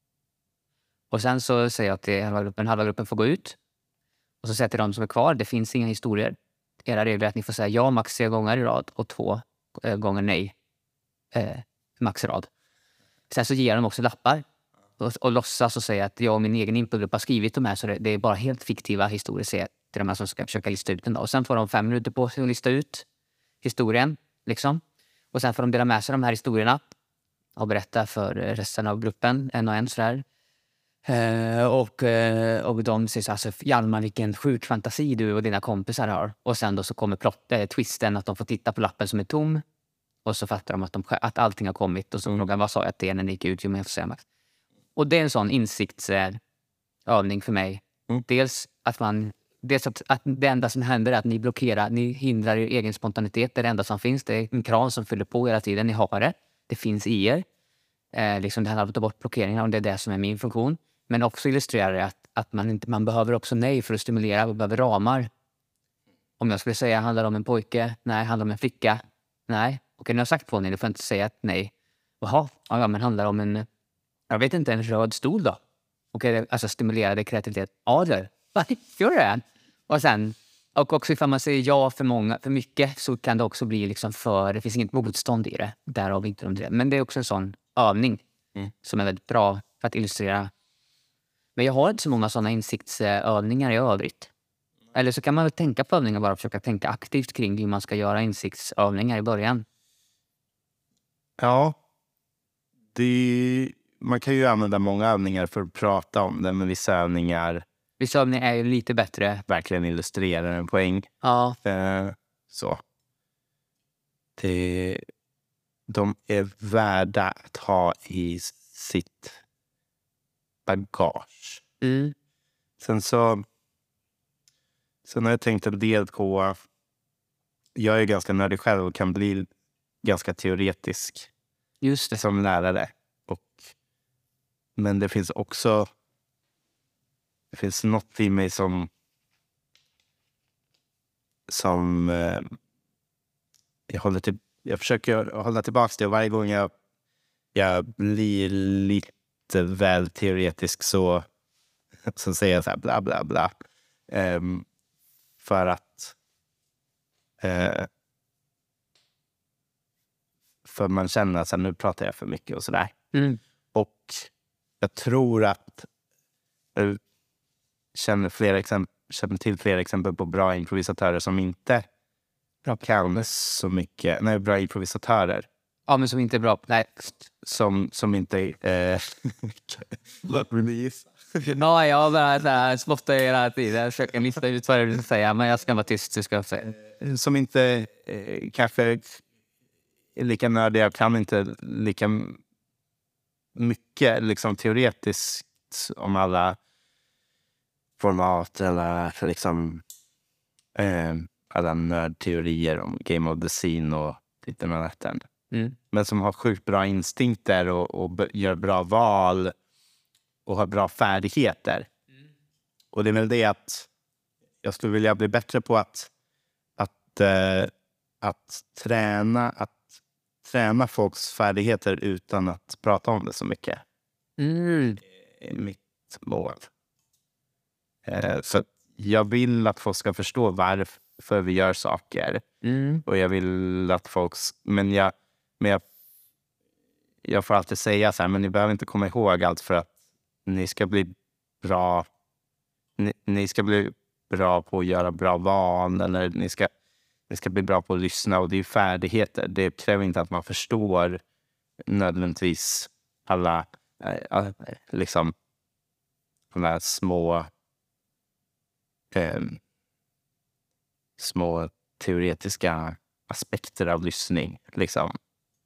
Och sen så säger jag till halva gruppen, halva gruppen får gå ut och så säger jag till de som är kvar, det finns inga historier. Era regler är att ni får säga ja max tre gånger i rad och två eh, gånger nej eh, max i rad. Sen så ger de också lappar och, och låtsas och säger att jag och min egen inputgrupp har skrivit de här, så det, det är bara helt fiktiva historier, säger jag till de här som ska försöka lista ut den då. Och sen får de fem minuter på sig att lista ut historien liksom. Och sen får de dela med sig de här historierna och berätta för resten av gruppen en och en sådär. Eh, och, eh, och de säger så här, alltså, Hjalmar, vilken sjuk fantasi du och dina kompisar har. Och sen då så kommer plott, eh, twisten att de får titta på lappen som är tom. Och så fattar de att, de, att allting har kommit. Och så Mm. frågar de, vad sa jag till er när ni gick ut? Jo, men jag får säga max. Och det är en sån insiktsövning för mig. Mm. Dels att man... Dels att, att det enda som händer är att ni blockerar, ni hindrar er egen spontanitet. Det är det enda som finns. Det är en kran som fyller på hela tiden. Ni har det. Det finns i er. Eh, liksom det handlar om att ta bort blockeringar, och det är det som är min funktion. Men också illustrerar det att, att man, inte, man behöver också nej för att stimulera. Man behöver ramar. Om jag skulle säga handlar det om en pojke? Nej. Handlar det om en flicka? Nej. Okej, nu har jag sagt på ni, du får inte säga att nej. Jaha, ja, ja, men handlar det om en, jag vet inte, en röd stol då? Okej, alltså stimulerade kreativitet. Ja, det gör det. Och sen, och också ifall man säger ja för många, för mycket, så kan det också bli liksom för, det finns inget motstånd i det. Därav inte de det. Men det är också en sån övning Mm. som är väldigt bra för att illustrera. Men jag har inte så många sådana insiktsövningar i övrigt. Eller så kan man väl tänka på övningar, bara försöka tänka aktivt kring hur man ska göra insiktsövningar i början. Ja. Det, man kan ju använda många övningar för att prata om det, men vissa övningar Vissa övningar är ju lite bättre. verkligen illustrerar en poäng. Ja. Eh, så. Det, de är värda att ha i sitt bagage. Mm. Sen så sen har jag tänkt en del på, jag är ganska nördig själv och kan bli ganska teoretisk Just det. som lärare. Och, men det finns också det finns något i mig som som eh, jag håller till, jag försöker hålla tillbaka det, och varje gång jag, jag blir lite väl teoretisk så, så säger jag så här bla bla bla. Um, för att uh, för man känner att så här, nu pratar jag för mycket och sådär. Mm. Och jag tror att jag känner, flera exempel, känner till flera exempel på bra improvisatörer som inte kan så mycket. Nej, bra improvisatörer. Ja, men som inte är bra. Nej. Som, som inte... Eh, Ja, jag bara så här, spottar hela tiden. Jag försöker lista ut vad jag vill säga, men jag ska vara tyst. Du ska säga. som inte eh, kanske är lika nördiga, kan inte lika mycket liksom teoretiskt om alla format eller liksom eh, alla nördteorier om Game of the Scene och lite med rätten. Mm. Men som har sjukt bra instinkter och, och b- gör bra val och har bra färdigheter. Mm. Och det är väl det att jag skulle vilja bli bättre på att att, eh, att träna att träna folks färdigheter utan att prata om det så mycket. Mm. Det är mitt mål. Eh, så att jag vill att folk ska förstå varför vi gör saker. Mm. Och jag vill att folk... Men jag, men jag, jag får alltid säga så här, men ni behöver inte komma ihåg allt för att ni ska bli bra... Ni, ni ska bli bra på att göra bra val, eller ni ska, ni ska bli bra på att lyssna, och det är färdigheter. Det kräver inte att man förstår nödvändigtvis alla äh, liksom de här små eh, små teoretiska aspekter av lyssning, liksom.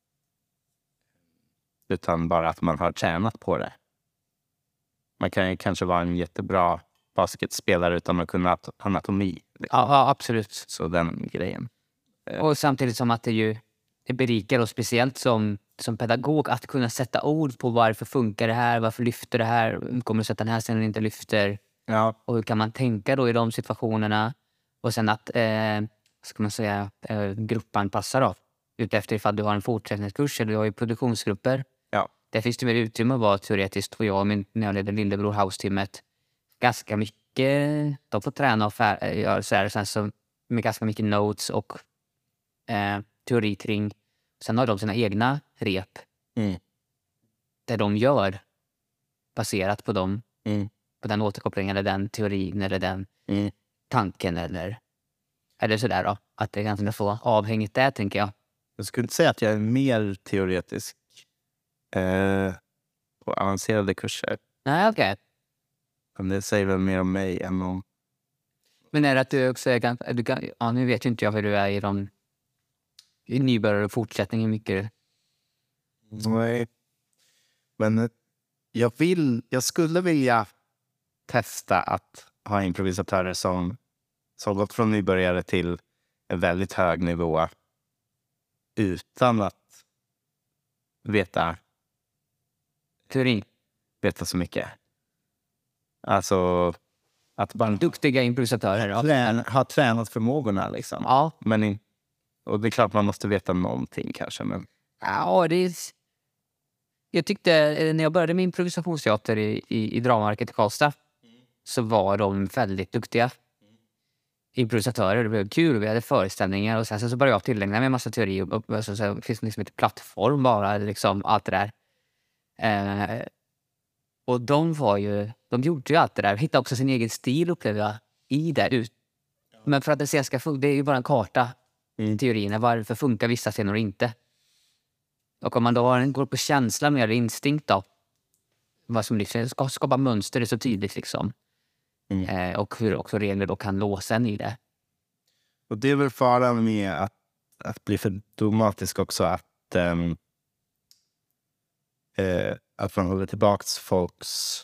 Utan bara att man har tränat på det. Man kan ju kanske vara en jättebra basketspelare utan att kunna anatomi. Liksom. Ja, ja, absolut. Så den grejen. Och samtidigt som att det ju det berikar oss, speciellt som, som pedagog, att kunna sätta ord på varför funkar det här, varför lyfter det här, kommer du sätta den här scenen inte lyfter. Ja. Och hur kan man tänka då i de situationerna? Och sen att, eh, ska man säga, eh, gruppanpassa då. Utefter ifall du har en fortsättningskurs eller du har ju produktionsgrupper. Ja. Där finns det mer utrymme att vara teoretiskt. Och jag, min, när jag leder Lillebror House-teamet, ganska mycket, de får träna och fär, göra så här, sen så med ganska mycket notes och eh, teori kring. Sen har de sina egna rep. Mm. Där de gör baserat på dem. Mm. På den återkopplingen eller den teorin eller den Mm. tanken eller, eller sådär då. Att det är ganska få avhängigt där, tänker jag. Jag skulle inte säga att jag är mer teoretisk eh, på avancerade kurser. Nej, okej. Okay. Men det säger väl mer om mig än om... Men är det att du också är ganska... Du kan, ja, nu vet ju inte jag hur du är i de i nybörjare och fortsättning, hur mycket... Nej. Men jag vill... Jag skulle vilja testa att ha improvisatörer som, som gått från nybörjare till en väldigt hög nivå utan att veta Teorin. veta så mycket. Alltså att bara Duktiga improvisatörer. Ja. trän, ha tränat förmågorna liksom. Ja. Men in, och det är klart man måste veta någonting kanske, men Ja, det är... Jag tyckte, när jag började med improvisationsteater i, i, i Dramaverket i Karlstad, så var de väldigt duktiga improvisatörer. Det blev kul, vi hade föreställningar och sen så började jag tillägna mig en massa teori och, och, och så, så finns det liksom inte plattform bara, liksom allt det där. Eh, och de var ju, de gjorde ju allt det där, hittade också sin egen stil, upplevde jag, i det ut. Men för att det sen ska funka, det är ju bara en karta, mm. teorierna, varför funkar vissa scener och inte. Och om man då har en, går på känsla mer instinkt då, vad som lyfter, ska skapa mönster, det är så tydligt liksom. Mm. Eh, och hur också regler då kan låsa en i det. Och det är väl faran med att, att bli för dogmatisk också, att um, eh, att man håller tillbaks folks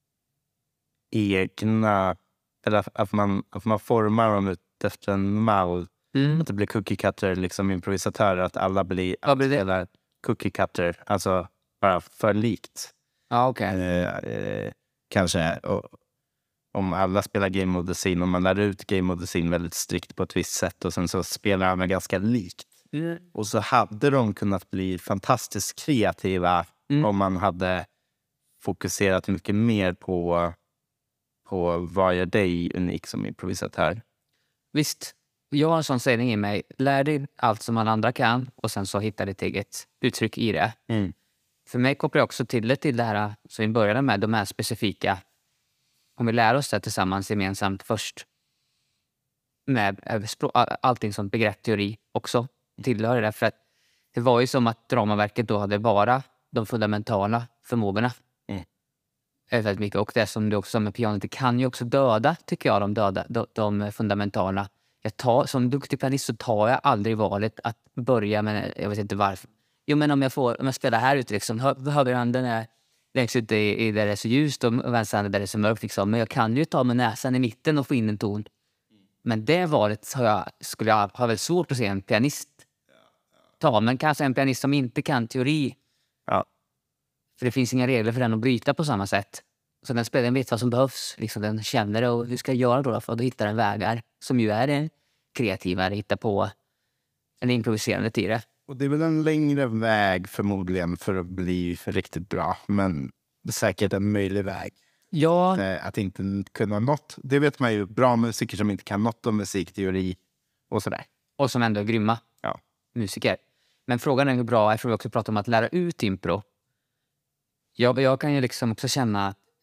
egna, eller att man, att man formar dem ut efter en mall. Mm. Att det blir cookie cutter, liksom improvisatörer, att alla blir, Vad blir det? eller cookie cutter, alltså bara för likt. Ja, okej. Okay. Eh, eh, kanske och, om alla spelar Game of the Scene, om man lär ut Game of the Scene väldigt strikt på ett visst sätt och sen så spelar alla ganska likt. Mm. Och så hade de kunnat bli fantastiskt kreativa Mm. om man hade fokuserat mycket mer på, på vad gör dig unik som improvisatör. Visst, jag har en sån sägning i mig. Lär dig allt som alla andra kan och sen så hittar ditt eget uttryck i det. Mm. För mig kopplar jag också till det till det här som vi började med, de här specifika. Om vi lär oss det tillsammans gemensamt först. Med allting som begrepp, teori också tillhör det. För att det var ju som att Dramaverket då hade bara de fundamentala förmågorna. Mm. Väldigt mycket. Och det som du också med pianot, det kan ju också döda, tycker jag, de, döda, de, de fundamentala. Jag tar, som duktig pianist så tar jag aldrig valet att börja med, jag vet inte varför. Jo, men om jag, får, om jag spelar här ute, liksom, hö, högerhanden är längst ute i, i där det är så ljust och vänsterhanden där det är så mörkt. Liksom. Men jag kan ju ta med näsan i mitten och få in en ton. Men det valet har jag, skulle jag ha väl svårt att se en pianist ta. Men kanske en pianist som inte kan teori. Ja. För det finns inga regler för den att bryta på samma sätt. Så den spelaren vet vad som behövs. Liksom den känner det. Och hur ska jag göra då? För att hitta den vägar som ju är det kreativa. Hitta på en improviserande tid. Och det är väl en längre väg förmodligen för att bli riktigt bra. Men säkert en möjlig väg. Ja. Eh, att inte kunna något. Det vet man ju. Bra musiker som inte kan något om musikteori och sådär. Och som ändå är grymma ja. musiker. Men frågan är hur bra, jag får vi också prata om att lära ut impro. Jag, jag kan ju liksom också känna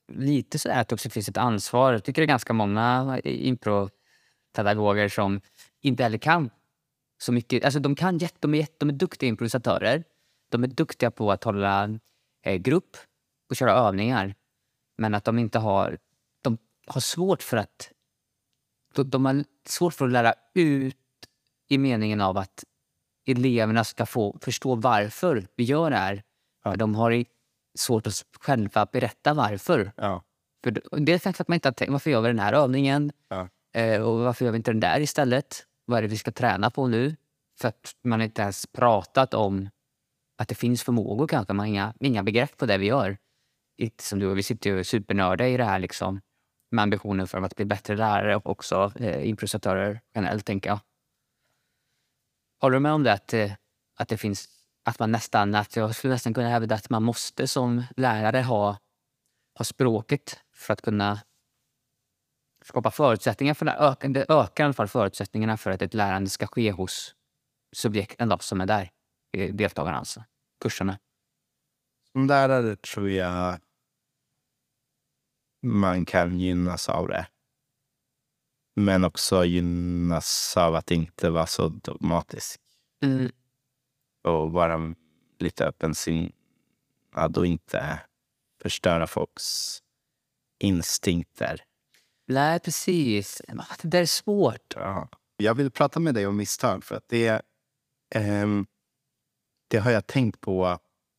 lite så är att det också finns ett ansvar. Jag tycker det är ganska många impropedagoger som inte heller kan så mycket. Alltså de kan jätte, de är, jätte, de är duktiga improvisatörer. De är duktiga på att hålla eh, grupp och köra övningar. Men att de inte har, de har svårt för att, de, de har svårt för att lära ut i meningen av att eleverna ska få förstå varför vi gör det här. Ja. De har i, svårt att själva berätta varför. Ja. För det är för att man inte har tänkt, varför gör vi den här övningen? Ja. Eh, och varför gör vi inte den där istället? Vad är det vi ska träna på nu? För att man inte ens pratat om att det finns förmågor kanske. Man har inga, inga begrepp på det vi gör. Inte som du, vi sitter ju supernörda i det här liksom. Med ambitionen för att bli bättre lärare och också eh, improvisatörer generellt, tänker jag. Håller du med om det? Att, eh, att det finns, att man nästan, att jag skulle nästan kunna hävda att man måste som lärare ha, ha språket för att kunna skapa förutsättningar för det. Öka, det ökar i alla fall förutsättningarna för att ett lärande ska ske hos subjekten då, som är där. Deltagarna alltså. Kurserna. Som lärare tror jag man kan gynnas av det. Men också gynnas av att inte vara så dogmatisk. Mm. Och vara lite öppensinnad och inte förstöra folks instinkter. Nej, precis. Det där är svårt. Ja. Jag vill prata med dig om misstag för att det, eh, det har jag tänkt på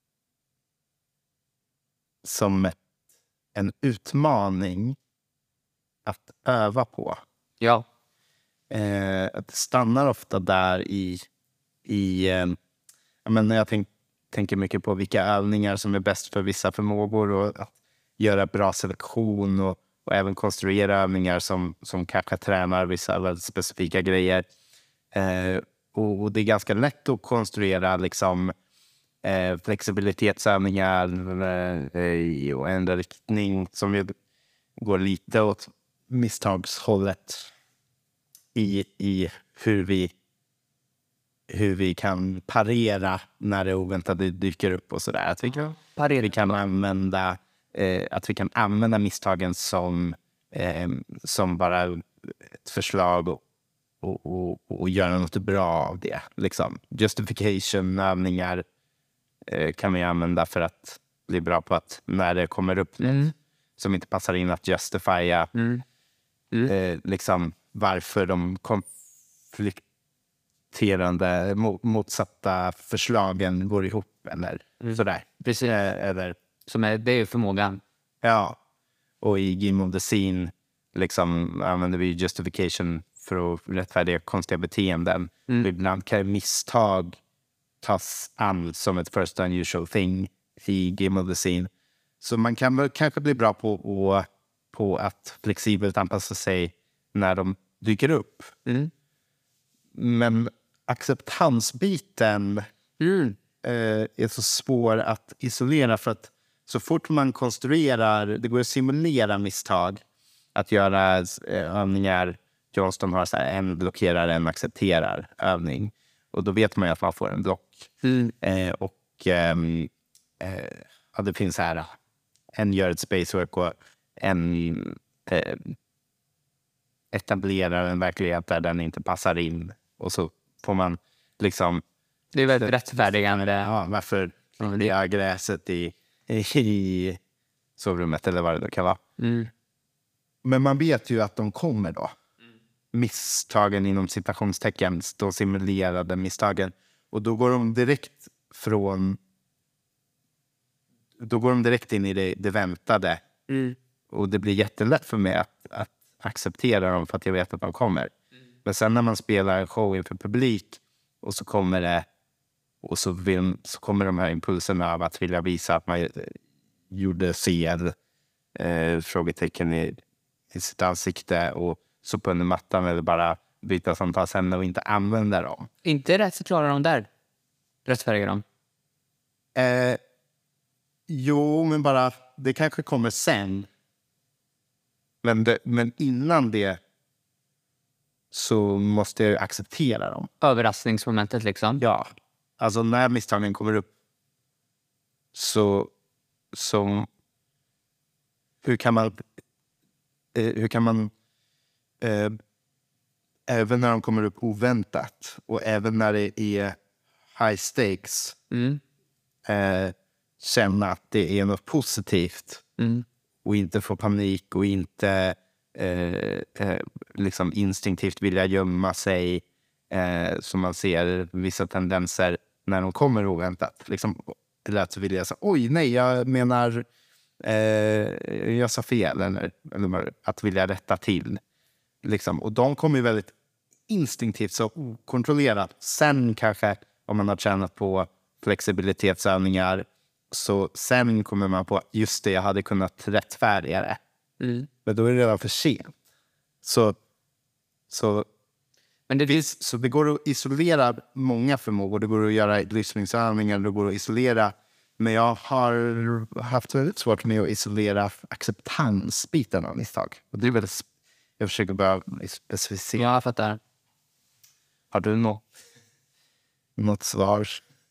som ett, en utmaning att öva på. Ja. Eh, att det stannar ofta där i... i eh, jag, menar, jag tänk, tänker mycket på vilka övningar som är bäst för vissa förmågor och att göra bra selektion och, och även konstruera övningar som, som kanske tränar vissa väldigt specifika grejer. Eh, och, och det är ganska lätt att konstruera liksom, eh, flexibilitetsövningar eh, och ändra riktning som ju går lite åt misstagshållet i, i hur vi hur vi kan parera när det oväntade dyker upp och sådär. Att vi kan, Parera. vi kan använda eh, att vi kan använda misstagen som eh, som bara ett förslag och, och, och, och göra något bra av det. Liksom. Justification, övningar eh, kan vi använda för att bli bra på att när det kommer upp något Mm. som inte passar in att justifiera Mm. Mm. eh, liksom varför de konflikterande mo- motsatta förslagen går ihop eller Mm. sådär. Precis. Eh, eller, Som är, det är ju förmågan. ja. Och i Game of the Scene liksom använder vi justification för att rättfärdiga konstiga beteenden. Mm. Ibland kan misstag tas an som ett first unusual thing i Game of the Scene. Så man kan väl kanske bli bra på, på, på att flexibelt anpassa sig när de dyker upp. Mm. Men acceptansbiten Mm. eh, är så svår att isolera för att så fort man konstruerar, det går att simulera misstag, att göra eh, övningar. Johnston har så här, en blockerar, en accepterar övning. Och då vet man ju att man får en block. Mm. Eh, och ehm, eh, ja, det finns här en gör ett spacework och en eh, etablerar en verklighet där den inte passar in. Och så får man liksom... Det är väldigt rättfärdigande. Ja, varför det är gräset i, i, i sovrummet eller vad det då kan vara. Mm. Men man vet ju att de kommer då. Misstagen inom citationstecken, de simulerade misstagen. Och då går de direkt från... Då går de direkt in i det, det väntade. Mm. Och det blir jättelätt för mig att, att acceptera dem för att jag vet att de kommer. Mm. Men sen när man spelar en show inför publik och så kommer det och så, vill, så kommer de här impulserna av att vilja visa att man gjorde fel eh, frågetecken i, i sitt ansikte och sopa under mattan eller bara byta samtalsämne och inte använda dem. Inte rätt så klarar de där. Rättfärdiga dem. Eh, jo, men bara det kanske kommer sen. Men, det, men innan det så måste jag acceptera dem. Överraskningsmomentet liksom. Ja, alltså när misstagen kommer upp så, så hur kan man eh, hur kan man eh, även när de kommer upp oväntat och även när det är high stakes Mm. eh, känna att det är något positivt Mm. och inte få panik och inte eh, eh, liksom instinktivt vilja gömma sig eh, som man ser vissa tendenser när de kommer oväntat. Liksom, eller att vilja säga, oj nej, jag menar eh, jag sa fel, eller, eller att vilja rätta till. Liksom. Och de kommer ju väldigt instinktivt, så okontrollerat. Sen kanske, om man har tränat på flexibilitetsövningar, så sen kommer man på, just det, jag hade kunnat rättfärdiga det. Mm. Men då är det redan för sent. Så, så, Men det visst, så det går att isolera många förmågor. Det går att göra lyssningsövningar, det går att isolera. Men jag har haft väldigt svårt med att isolera acceptansbiten av misstag. Och det är väldigt, jag försöker bara specificera. Ja, jag fattar. Har du något, något svar?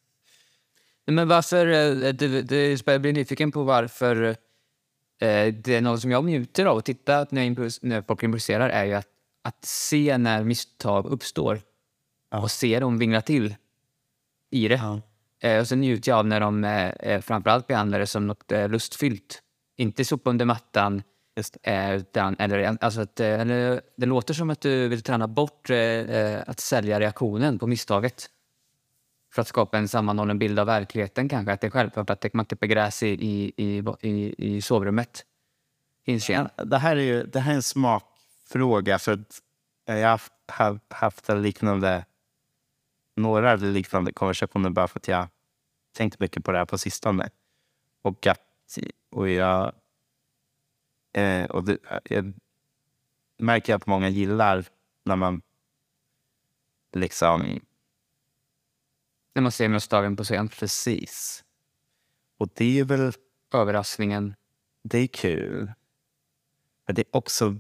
Men varför, eh, det, det, jag blir nyfiken på varför eh, det är något som jag njuter av att titta när, jag impros, när folk improviserar är ju att, att se när misstag uppstår. Ja. Och se dem vingla till i det. Ja. Eh, och så njuter jag av när de eh, framförallt behandlar det som något eh, lustfyllt. Inte sopa under mattan. Just Eh, utan, eller, alltså att, eh, eller, det låter som att du vill träna bort eh, eh, att sälja reaktionen på misstaget. För att skapa en sammanhållen bild av verkligheten kanske. Att det är självklart att man klipper gräs i, i, i, i, i sovrummet. Inser. Det här är ju det här är en smakfråga, för att jag har haft, har haft en liknande, några liknande konversationer bara för att jag tänkte mycket på det här på sistone. Och att och jag, eh, och det, jag märker att många gillar när man liksom När man ser misstagen på scen. precis. Och det är väl, Överraskningen. det är kul. Men det är också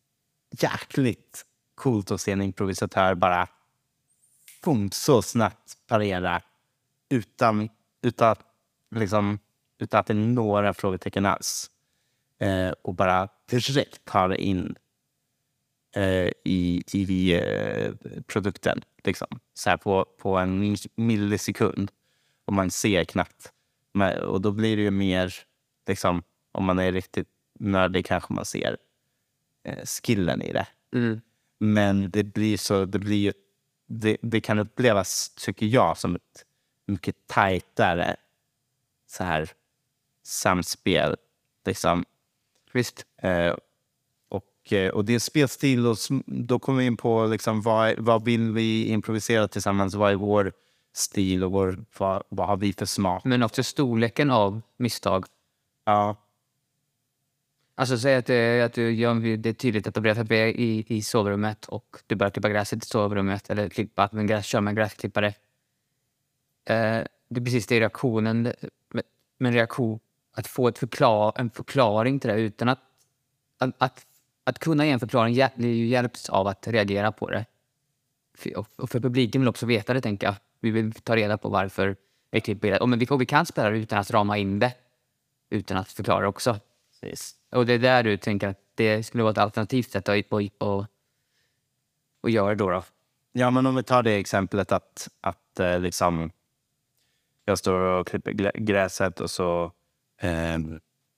jäkligt coolt att se en improvisatör bara boom, så snabbt parera utan, utan, liksom, utan att det är några frågetecken alls. Eh, och bara direkt ta det in eh, i, i eh, produkten. Liksom. Så här på, på en millisekund. Och man ser knappt. Men, och då blir det ju mer, liksom, om man är riktigt nördig kanske man ser eh, skillen i det. Mm. Men det blir så, det blir ju, det, det kan upplevas, tycker jag, som ett mycket tajtare så här samspel. Liksom. Visst. Eh, och, eh, och det är spelstil, och då kommer vi in på liksom, vad, vad vill vi improvisera tillsammans? Vad är vår stil och vår, vad, vad har vi för smak? Men också storleken av misstag. Ja. Alltså säg att, det, att du gör, det är tydligt att du berättar att vi är i, i sovrummet och du börjar klippa gräset i sovrummet eller klippa, men gräs, kör med en gräsklippare. Eh, det är precis det reaktionen, med, med reaktion, att få ett förklar, en förklaring till det utan att, att, att, att kunna ge en förklaring hjäl, hjälps av att reagera på det. För, och för publiken vill också veta det, tänker jag. Vi vill ta reda på varför vi klipper det. Och, men vi, och vi kan spela det utan att rama in det, utan att förklara också. Precis. Och det är där du tänker att det skulle vara ett alternativt sätt att på och, och göra då, då. Ja, men om vi tar det exemplet att, att eh, liksom, jag står och klipper glä- gräset och så ehm,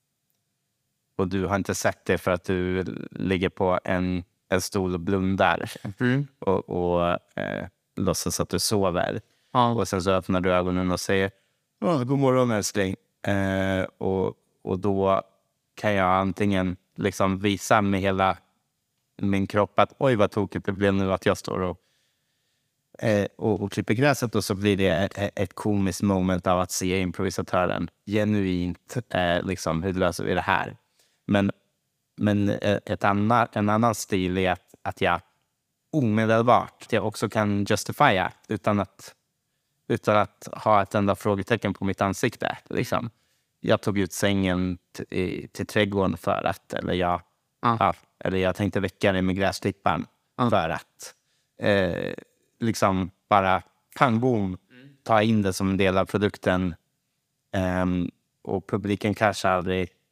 och du har inte sett det för att du ligger på en, en stol och blundar Mm. och, och eh, låtsas att du sover. Ja. Och sen så öppnar du ögonen och säger oh, god morgon älskling. Eh, och, och då kan jag antingen liksom visa med hela min kropp att oj vad tokigt det blev nu att jag står och, eh, och, och klipper gräset, och så blir det ett, ett komiskt moment av att se improvisatören genuint eh, liksom, hur löser vi det här? Men, men ett annan, en annan stil är att, att jag omedelbart jag också kan justifiera utan att, utan att ha ett enda frågetecken på mitt ansikte. Liksom. Jag tog ut sängen t- till trädgården för att, eller jag, Ja. ja, eller jag tänkte väcka dig med gräsklipparen Ja. för att eh, liksom bara pang boom, ta in det som en del av produkten. Um, och publiken kanske aldrig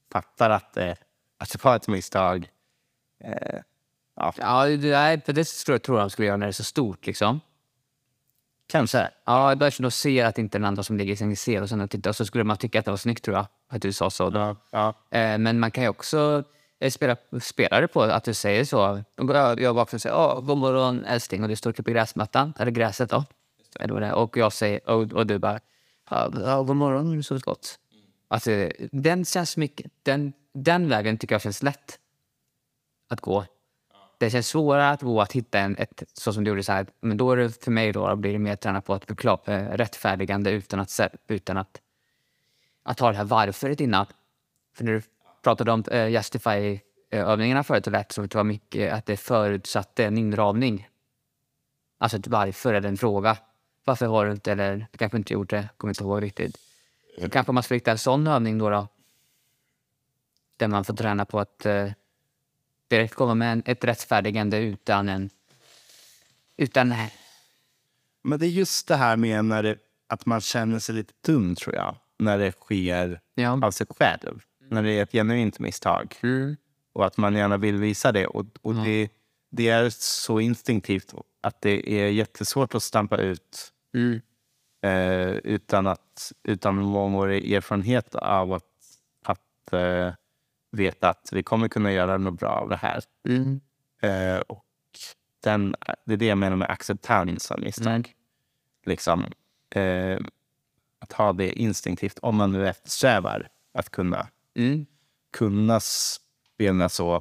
fattar att det, att det var ett misstag. Eh, ja. Ja, det, nej, för det tror jag tror de skulle göra när det är så stort liksom. Kanske. Ja, bara för att se att inte den andra som ligger i sin ser och sen titta, och så skulle man tycka att det var snyggt, tror jag, att du sa så. Ja, ja. Eh, men man kan ju också eh, spela, spela det på att du säger så. Jag, jag vaknar och säger, åh, god morgon älskling, och du står på gräsmattan, eller gräset då. Eller det. Och jag säger, och, och du bara, ja, god morgon, har du sovit gott? Alltså, den känns mycket, den, den vägen tycker jag känns lätt att gå. Det känns svårare att gå att hitta en, ett, så som du gjorde så här, men då är det för mig då, då blir det mer träna på att förklara, äh, rättfärdigande utan att, utan att, att ha det här varför innan. För när du pratade om äh, Justify-övningarna förut, så lät det som att det var mycket att det förutsatte en inramning. Alltså ett varför eller en fråga. Varför har du inte, eller du kanske inte gjort det, kommer inte ihåg riktigt. Så kanske man ska rikta en sån övning då, då. Där man får träna på att äh, direkt komma med en, ett rättfärdigande utan en... Utan... Men det är just det här med när det, att man känner sig lite dum, tror jag. När det sker Ja. av sig själv. Mm. När det är ett genuint misstag. Mm. Och att man gärna vill visa det. Och, och mm. det, det är så instinktivt att det är jättesvårt att stampa ut. Mm. Eh, utan att utan mångårig erfarenhet av att, att eh, veta att vi kommer kunna göra något bra av det här. Mm. Eh, och den, det är det jag menar med acceptans av misstag. Mm. Liksom, eh, att ha det instinktivt, om man nu eftersträvar att kunna mm. kunna spela så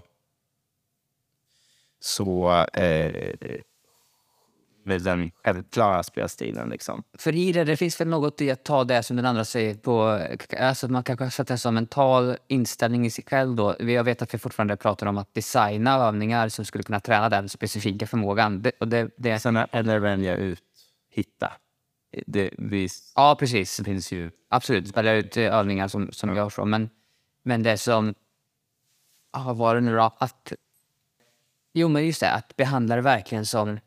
så eh, med den självklara spelstilen. Liksom. För i det, det finns väl något i att ta det som den andra säger på, alltså man kanske sätta en sån mental inställning i sig själv då. Jag vet att vi fortfarande pratar om att designa övningar som skulle kunna träna den specifika förmågan. Det, och det, det... Sen eller välja ut, hitta. Det, vi... Ja, precis. Det finns ju... Absolut, välja ut övningar som, som ja. gör så. Men, men det som... Ja, vad var det nu då? Att... Jo, men just det, att behandla det verkligen som...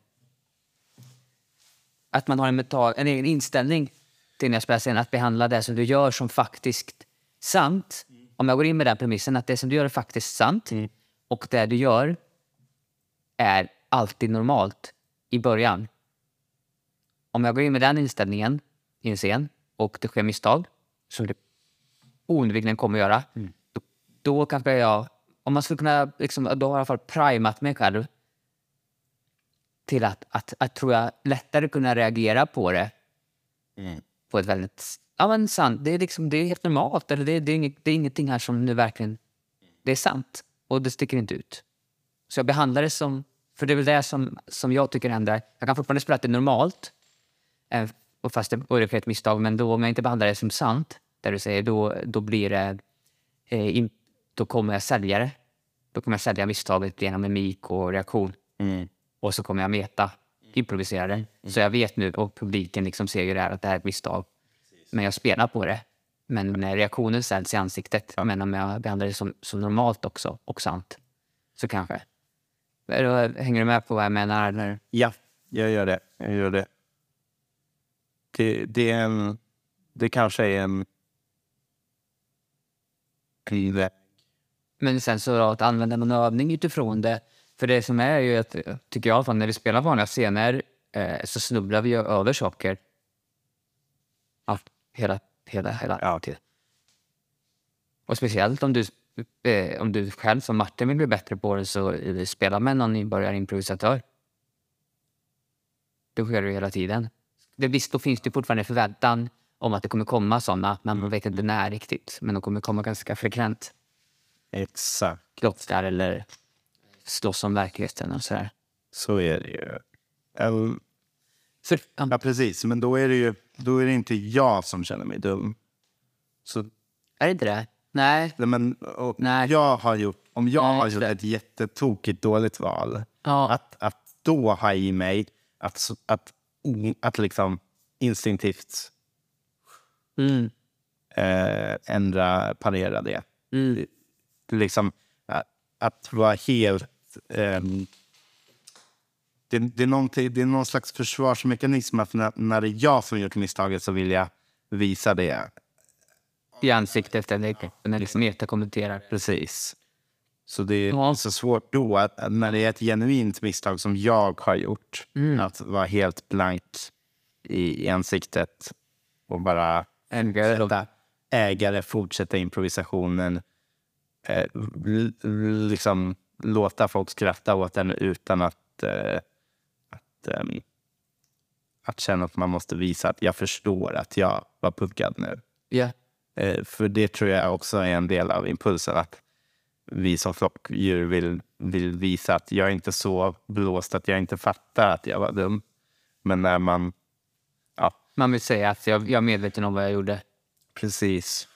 Att man har en, mental, en egen inställning till när jag spelar scen, att behandla det som du gör som faktiskt sant. Mm. Om jag går in med den premissen att det som du gör är faktiskt sant. Mm. Och det du gör är alltid normalt i början. Om jag går in med den inställningen i en scen och det sker misstag, som det oundvikligen kommer att göra, mm. då, då kanske jag, om man skulle kunna, liksom, då har jag i alla fall primat mig själv till att, att, att tror jag lättare kunna reagera på det mm. på ett väldigt, ja men sant, det är liksom, det är helt normalt, eller det, det, är inget, det är ingenting här som nu verkligen, det är sant och det sticker inte ut. Så jag behandlar det som, för det är väl det som, som jag tycker händer. Jag kan fortfarande spela att det är normalt, eh, och fast det är ett misstag, men då om jag inte behandlar det som sant, där du säger, då, då blir det, eh, in, då kommer jag sälja det. Då kommer jag sälja misstaget genom mimik och reaktion. Mm. Och så kommer jag meta, improvisera det. Mm. Så jag vet nu, och publiken liksom ser ju det här, att det här är ett misstag. Precis. Men jag spelar på det. Men när reaktionen ställs i ansiktet, ja. Men om jag behandlar det som, som normalt också, och sant, så kanske. Då hänger du med på vad jag menar? Eller? Ja, jag gör det. Jag gör det. Det, det, är en, det kanske är en... Men sen så att använda någon övning utifrån det. För det som är ju att, tycker jag i alla fall, när vi spelar vanliga scener eh, så snubblar vi över saker. Ja, hela, hela, hela ja. tiden. Och speciellt om du, eh, om du själv som Martin vill bli bättre på det, så eh, spela med någon nybörjare improvisatör. Det sker ju hela tiden. Det, visst, då finns det fortfarande förväntan om att det kommer komma sådana, men man vet inte när riktigt. Men de kommer komma ganska frekvent. Exakt. Klockar eller slåss om verkligheten och sådär. Så är det ju. Um, För, um, ja, precis. Men då är det ju då är det inte jag som känner mig dum. Så, är det inte det? Nej. Men, Nej. Jag har gjort, om jag Nej, har gjort ett jättetokigt dåligt val, ja. att, att då ha i mig att, att, att liksom instinktivt mm. äh, ändra, parera det. Mm. Liksom att, att vara helt ähm, det, det, är det är någon slags försvarsmekanism att när, när det är jag som gjort misstaget så vill jag visa det i ansiktet eller när liksom Meta kommenterar. Precis. Så det är Ja. så svårt då att, att när det är ett genuint misstag som jag har gjort, Mm. att vara helt blank i, i ansiktet och bara Ägare. låta ägare fortsätta improvisationen, eh, l- l- liksom låta folk skratta åt den utan att, eh, att, ehm, att känna att man måste visa att jag förstår att jag var puckad nu. Ja. Eh, för det tror jag också är en del av impulsen, att vi som flockdjur vill, vill visa att jag är inte så blåst att jag inte fattar att jag var dum. Men när man, ja, Man vill säga att jag, jag är medveten om vad jag gjorde. precis.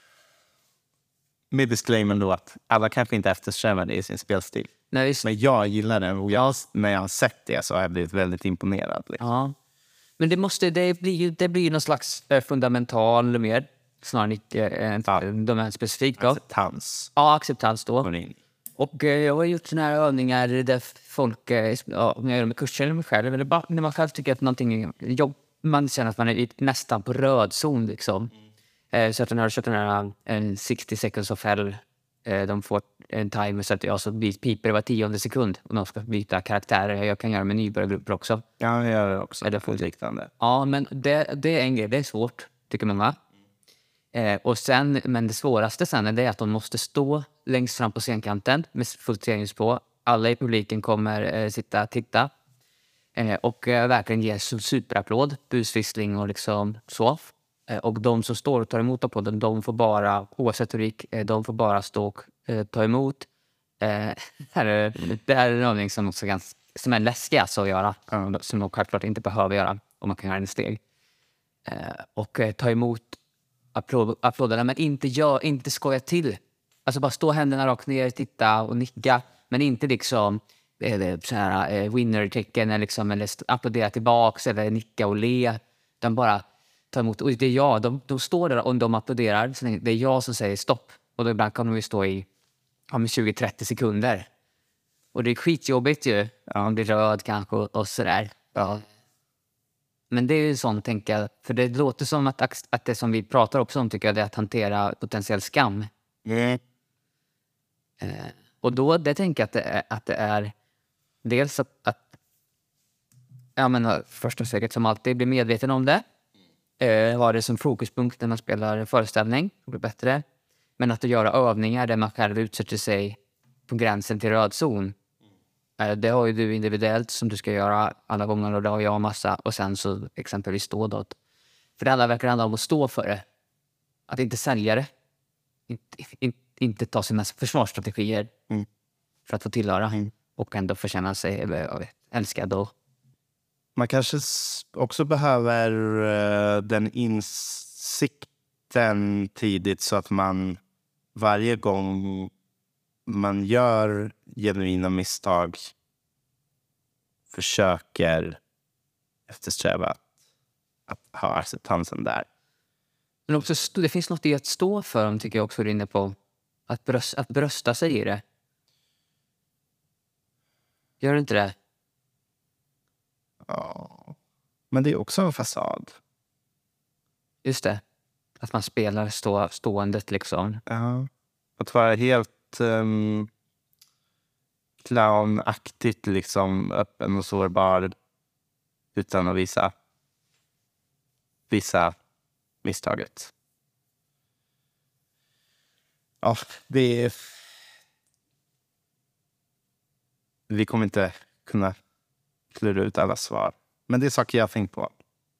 Med disclaimer då att alla kanske inte eftersträvar det i sin spelstil. Nej, visst. Men jag gillar den och jag, när jag har sett det så har jag blivit väldigt imponerad. Liksom. Ja. Men det måste, det blir ju det blir ju någon slags eh, fundamental mer. Snarare än Ja. äh, domänspecifikt då. Acceptans. Ja, acceptans då. går in. Och eh, jag har gjort såna här övningar där folk, eh, ja, om jag gör det med kurser eller med själv, eller bara när man själv tycker att någonting är jobb, man känner att man är i- nästan på röd zon liksom. Eh, så att den har kört den här en sextio seconds of hell. Eh, de får en timer så att jag så blir- piper det var tionde sekund och de ska byta karaktärer. Jag kan göra med nybörjargrupper också. Ja, jag gör också. Är det Är det liknande? Ja, men det, det är en grej. Det är svårt, tycker många. Eh, och sen, men det svåraste sen är det att de måste stå längst fram på scenkanten med fullt serius på. Alla i publiken kommer eh, sitta och titta. Eh, och eh, verkligen ge su- superapplåd, busvissling och liksom så. Eh, och de som står och tar emot applåden, de får bara, oavsett retorik, eh, de får bara stå och eh, ta emot. Eh, här är, det här är en övning som också är ganska, som är läskig alltså att göra. eh, Som de självklart inte behöver göra om man kan göra en steg. Eh, och eh, ta emot applåd, applåderna, men inte, gör, inte skoja till. Alltså bara stå händerna rakt ner, titta och nicka. Men inte liksom eh, det- så här, eh, winner-tecken eller, liksom, eller st- applådera tillbaks eller nicka och le. Utan bara ta emot. Och det är jag. De, de står där och de applåderar. Så det är jag som säger stopp. Och då ibland kan de ju stå i ja, med tjugo till trettio sekunder. Och det är skitjobbigt ju. Ja, man blir röd kanske och, och sådär. Ja. Men det är ju sånt, tänker jag. För det låter som att, ax- att det som vi pratar också om, tycker jag, det är att hantera potentiell skam. Mm. Eh, och då, det tänker jag att det är, att det är dels att, att ja, men, först och säkert som alltid bli medveten om det. Eh, ha det som fokuspunkt när man spelar föreställning. Det blir bättre. Men att göra övningar där man själv utsätter sig på gränsen till röd zon. Eh, det har ju du individuellt som du ska göra alla gånger och det har jag massa. Och sen så exempelvis stå då. För det alla verkar handla om att stå för det. Att inte sälja det. Inte, in, inte ta sina försvarsstrategier Mm. för att få tillhöra. Mm. Och ändå få känna sig eller, jag vet, älskad. Och, Man kanske s- också behöver eh, den insikten tidigt så att man varje gång man gör genuina misstag försöker eftersträva att, att ha acceptansen där. men också, stå- det finns något i att stå för dem, tycker jag också, du är inne på. Att, bröst, att brösta sig i det. Gör det inte det? Ja. Men det är också en fasad. Just det. Att man spelar stå, ståendet liksom. Ja. Att vara helt um, clownaktigt liksom öppen och sårbar utan att visa visa misstaget. Ja, det är... Vi kommer inte kunna klura ut alla svar. Men det är saker jag har tänkt på.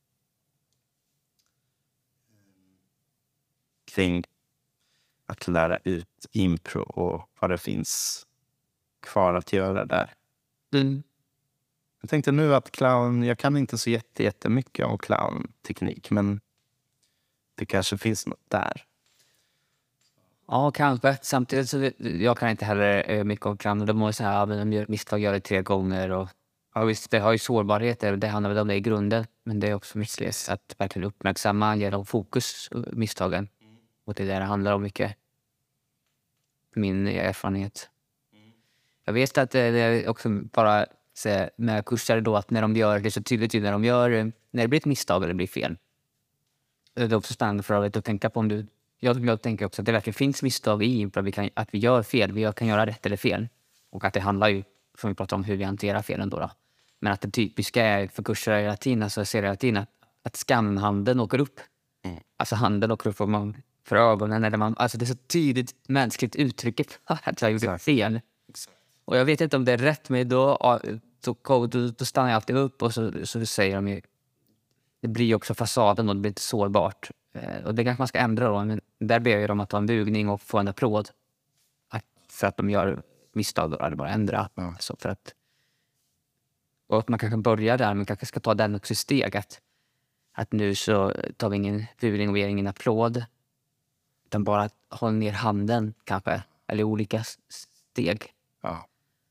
Kring att lära ut impro och vad det finns kvar att göra där. Mm. Jag tänkte nu att clown, jag kan inte så jätte, jättemycket om clownteknik, men det kanske finns något där. Ja, kanske. Samtidigt så vet- jag kan inte heller eh, mycket om clown. De måste säga att de gör misstag, gör det tre gånger. Och, ja, visst, det har ju sårbarheter. Det handlar väl om det i grunden. Men det är också mycket att verkligen uppmärksamma, ge dem fokus, eh, misstagen. Och det är det det handlar om mycket. Min erfarenhet. Jag vet att eh, det är också bara så, med kurser då, att när de gör det är så tydligt ju när de gör, eh, när det blir ett misstag eller blir fel. Det är också spännande för att tänka på om du jag, jag tänker också att det verkligen finns misstag i impro. Vi kan, att vi gör fel. Vi kan göra rätt eller fel. Och att det handlar ju, som vi pratar om, hur vi hanterar felen då. då. Men att det typiska är för kurser hela tiden, alltså jag ser hela tiden att, att skamhandeln åker upp. Mm. Alltså handen åker upp för, man, för ögonen. Eller man, alltså det är så tydligt mänskligt uttrycket att jag gjorde fel. Exakt. Och jag vet inte om det är rätt, men då, då, då, då stannar jag alltid upp och så, så säger de ju, det blir ju också fasaden och det blir inte sårbart. Eh, och det kanske man ska ändra då, men där ber jag dem att ta en bugning och få en applåd. Att, för att de gör misstag då, eller bara ändra. Ja. Så för att, och att man kanske börjar där, men kanske ska ta den också i steg. Att, att nu så tar vi ingen bugning och ger ingen applåd. Utan bara hålla ner handen kanske, eller olika steg. Ja.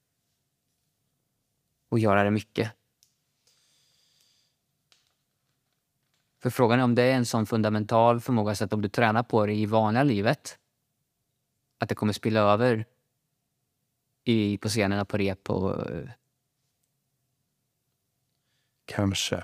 Och göra det mycket. För frågan är om det är en sån fundamental förmåga så att om du tränar på det i vanliga livet, att det kommer spilla över i, på scenerna, på rep och... Kanske.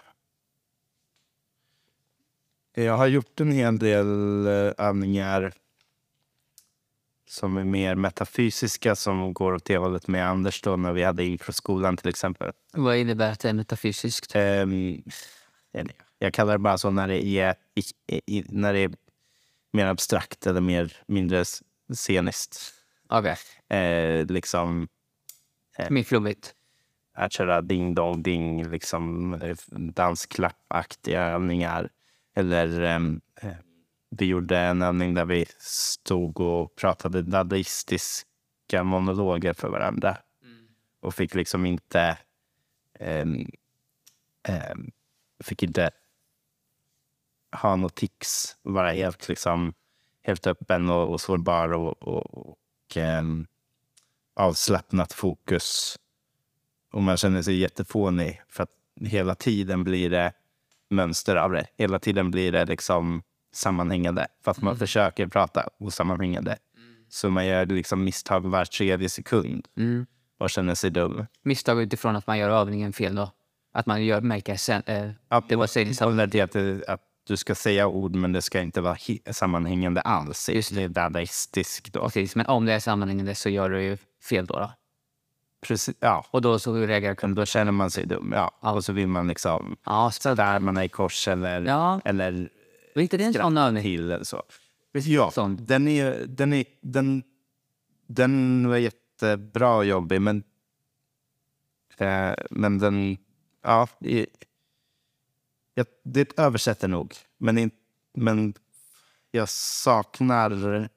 Jag har gjort en hel del övningar som är mer metafysiska, som går åt det hållet med Anders då, när vi hade improskolan till exempel. Vad innebär att det är metafysiskt? Um, jag kallar det bara så när det är, i, i, när det är mer abstrakt eller mer, mindre sceniskt. Okej. Okay. Eh, liksom... Eh, mer flummigt. Att köra ding dong ding, liksom dansklappaktiga övningar. Eller... Um, vi gjorde en övning där vi stod och pratade dadaistiska monologer för varandra. Mm. Och fick liksom inte... Um, um, fick inte ha något tics. Vara helt, liksom, helt öppen och, och sårbar och, och, och um, avslappnat fokus. Och man känner sig jättefånig. För att hela tiden blir det mönster av det. Hela tiden blir det liksom... sammanhängande, fast man mm. försöker prata osammanhängande. Mm. Så man gör liksom misstag var tredje sekund mm. och känner sig dum. Misstag utifrån att man gör övningen fel då? Att man gör märker sen... Äh, ja, det var det att, att du ska säga ord, men det ska inte vara he- sammanhängande alls. Just det är dadaistiskt då. Precis, men om det är sammanhängande så gör du ju fel då då? Precis, ja. Och då så reagerar kunden. Då känner man sig dum, ja. ja. Och så vill man liksom... Ja, så där man är i kors eller... Ja. eller och inte det en sån övning? Till eller så. Ja, sån. Den är... Den, är, den, den var jättebra och jobbig, men... Eh, men den... Ja, det, ja, det översätter nog. Men, in, men jag saknar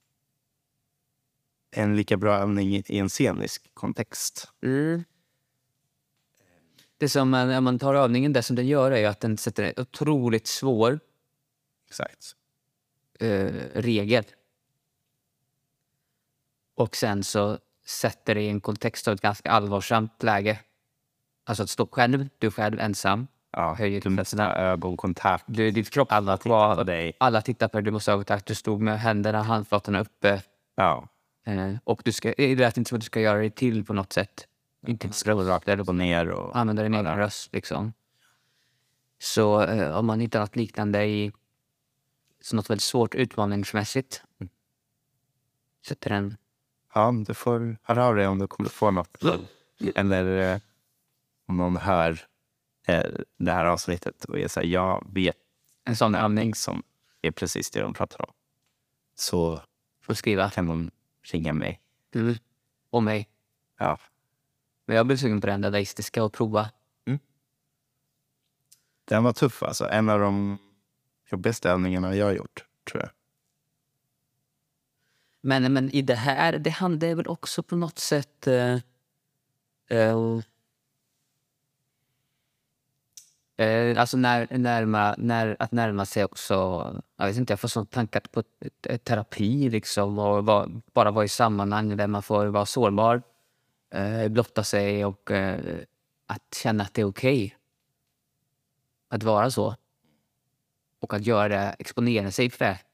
en lika bra övning i, i en scenisk kontext. Mm. Det som man, när man tar övningen, det som den gör är ju att den sätter en otroligt svår Exakt. Eh, regel. Och sen så sätter det i en kontext av ett ganska allvarsamt läge. Alltså att stå själv, du är själv ensam. Ja, du måste ha ögonkontakt. Du, ditt kropp, alla tittar på dig. Alla tittar på dig, du måste ha ögonkontakt. Du stod med händerna, handflatorna uppe. Ja. Eh, och du ska, det lät inte som att du ska göra det till på något sätt. Inte slå rakt eller gå ner och använda din egen röst liksom. Så eh, om man hittar något liknande i så något väldigt svårt utmaningsmässigt. Mm. Sätter den. Ja, du får höra av dig om du kommer få något. Mm. Eller eh, om någon hör eh, det här avsnittet och är så här, jag vet en sån övning som är precis det de pratar om. Så får skriva. Kan de ringa mig. Mm. Och mig. Ja. Men jag blir sugen på den dadaistiska och prova. Mm. Den var tuff alltså. En av de jobbigaste övningarna jag har gjort, tror jag. Men, men i det här, det handlar väl också på något sätt... Uh, uh, uh, alltså när, närma, när, att närma sig också... Jag vet inte, jag får sånt tankar på ett, ett terapi liksom. Och var, bara vara i sammanhang där man får vara sårbar. Uh, blotta sig och uh, att känna att det är okej. Okay. Att vara så. Och att göra det, exponera sig för det.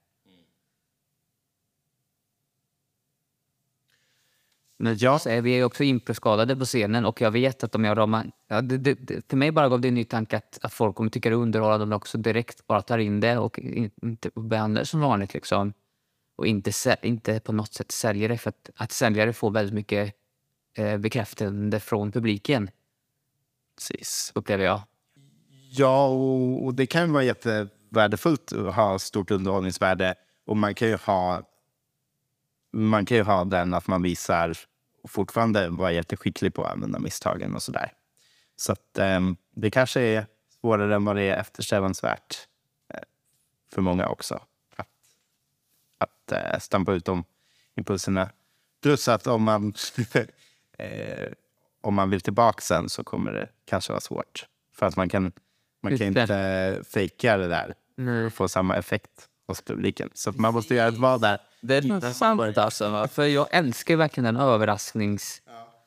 Men jag säger, vi är också improskadade på scenen och jag vet att om jag ramar... Ja, det, det, för mig bara gav det en ny tanke att, att folk kommer tycka det är underhållande om de också direkt bara tar in det och inte behandlar som vanligt liksom. och inte, inte på något sätt säljare. För att, att säljare får väldigt mycket eh, bekräftande från publiken. Precis. Upplever jag. Ja, och, och det kan vara jättevärdefullt att ha stort underhållningsvärde. Och man kan ju ha man kan ju ha den att man visar och fortfarande vara jätteskicklig på att använda misstagen och sådär. Så att eh, det kanske är svårare än vad det är eftersträvansvärt eh, för många också. Att, att eh, stampa ut de impulserna. Plus att om man, eh, om man vill tillbaka sen så kommer det kanske vara svårt. För att man kan, man kan inte eh, fejka det där och få samma effekt hos publiken. Så man måste göra ett val där. Det är sant alltså. För jag älskar verkligen den överrasknings...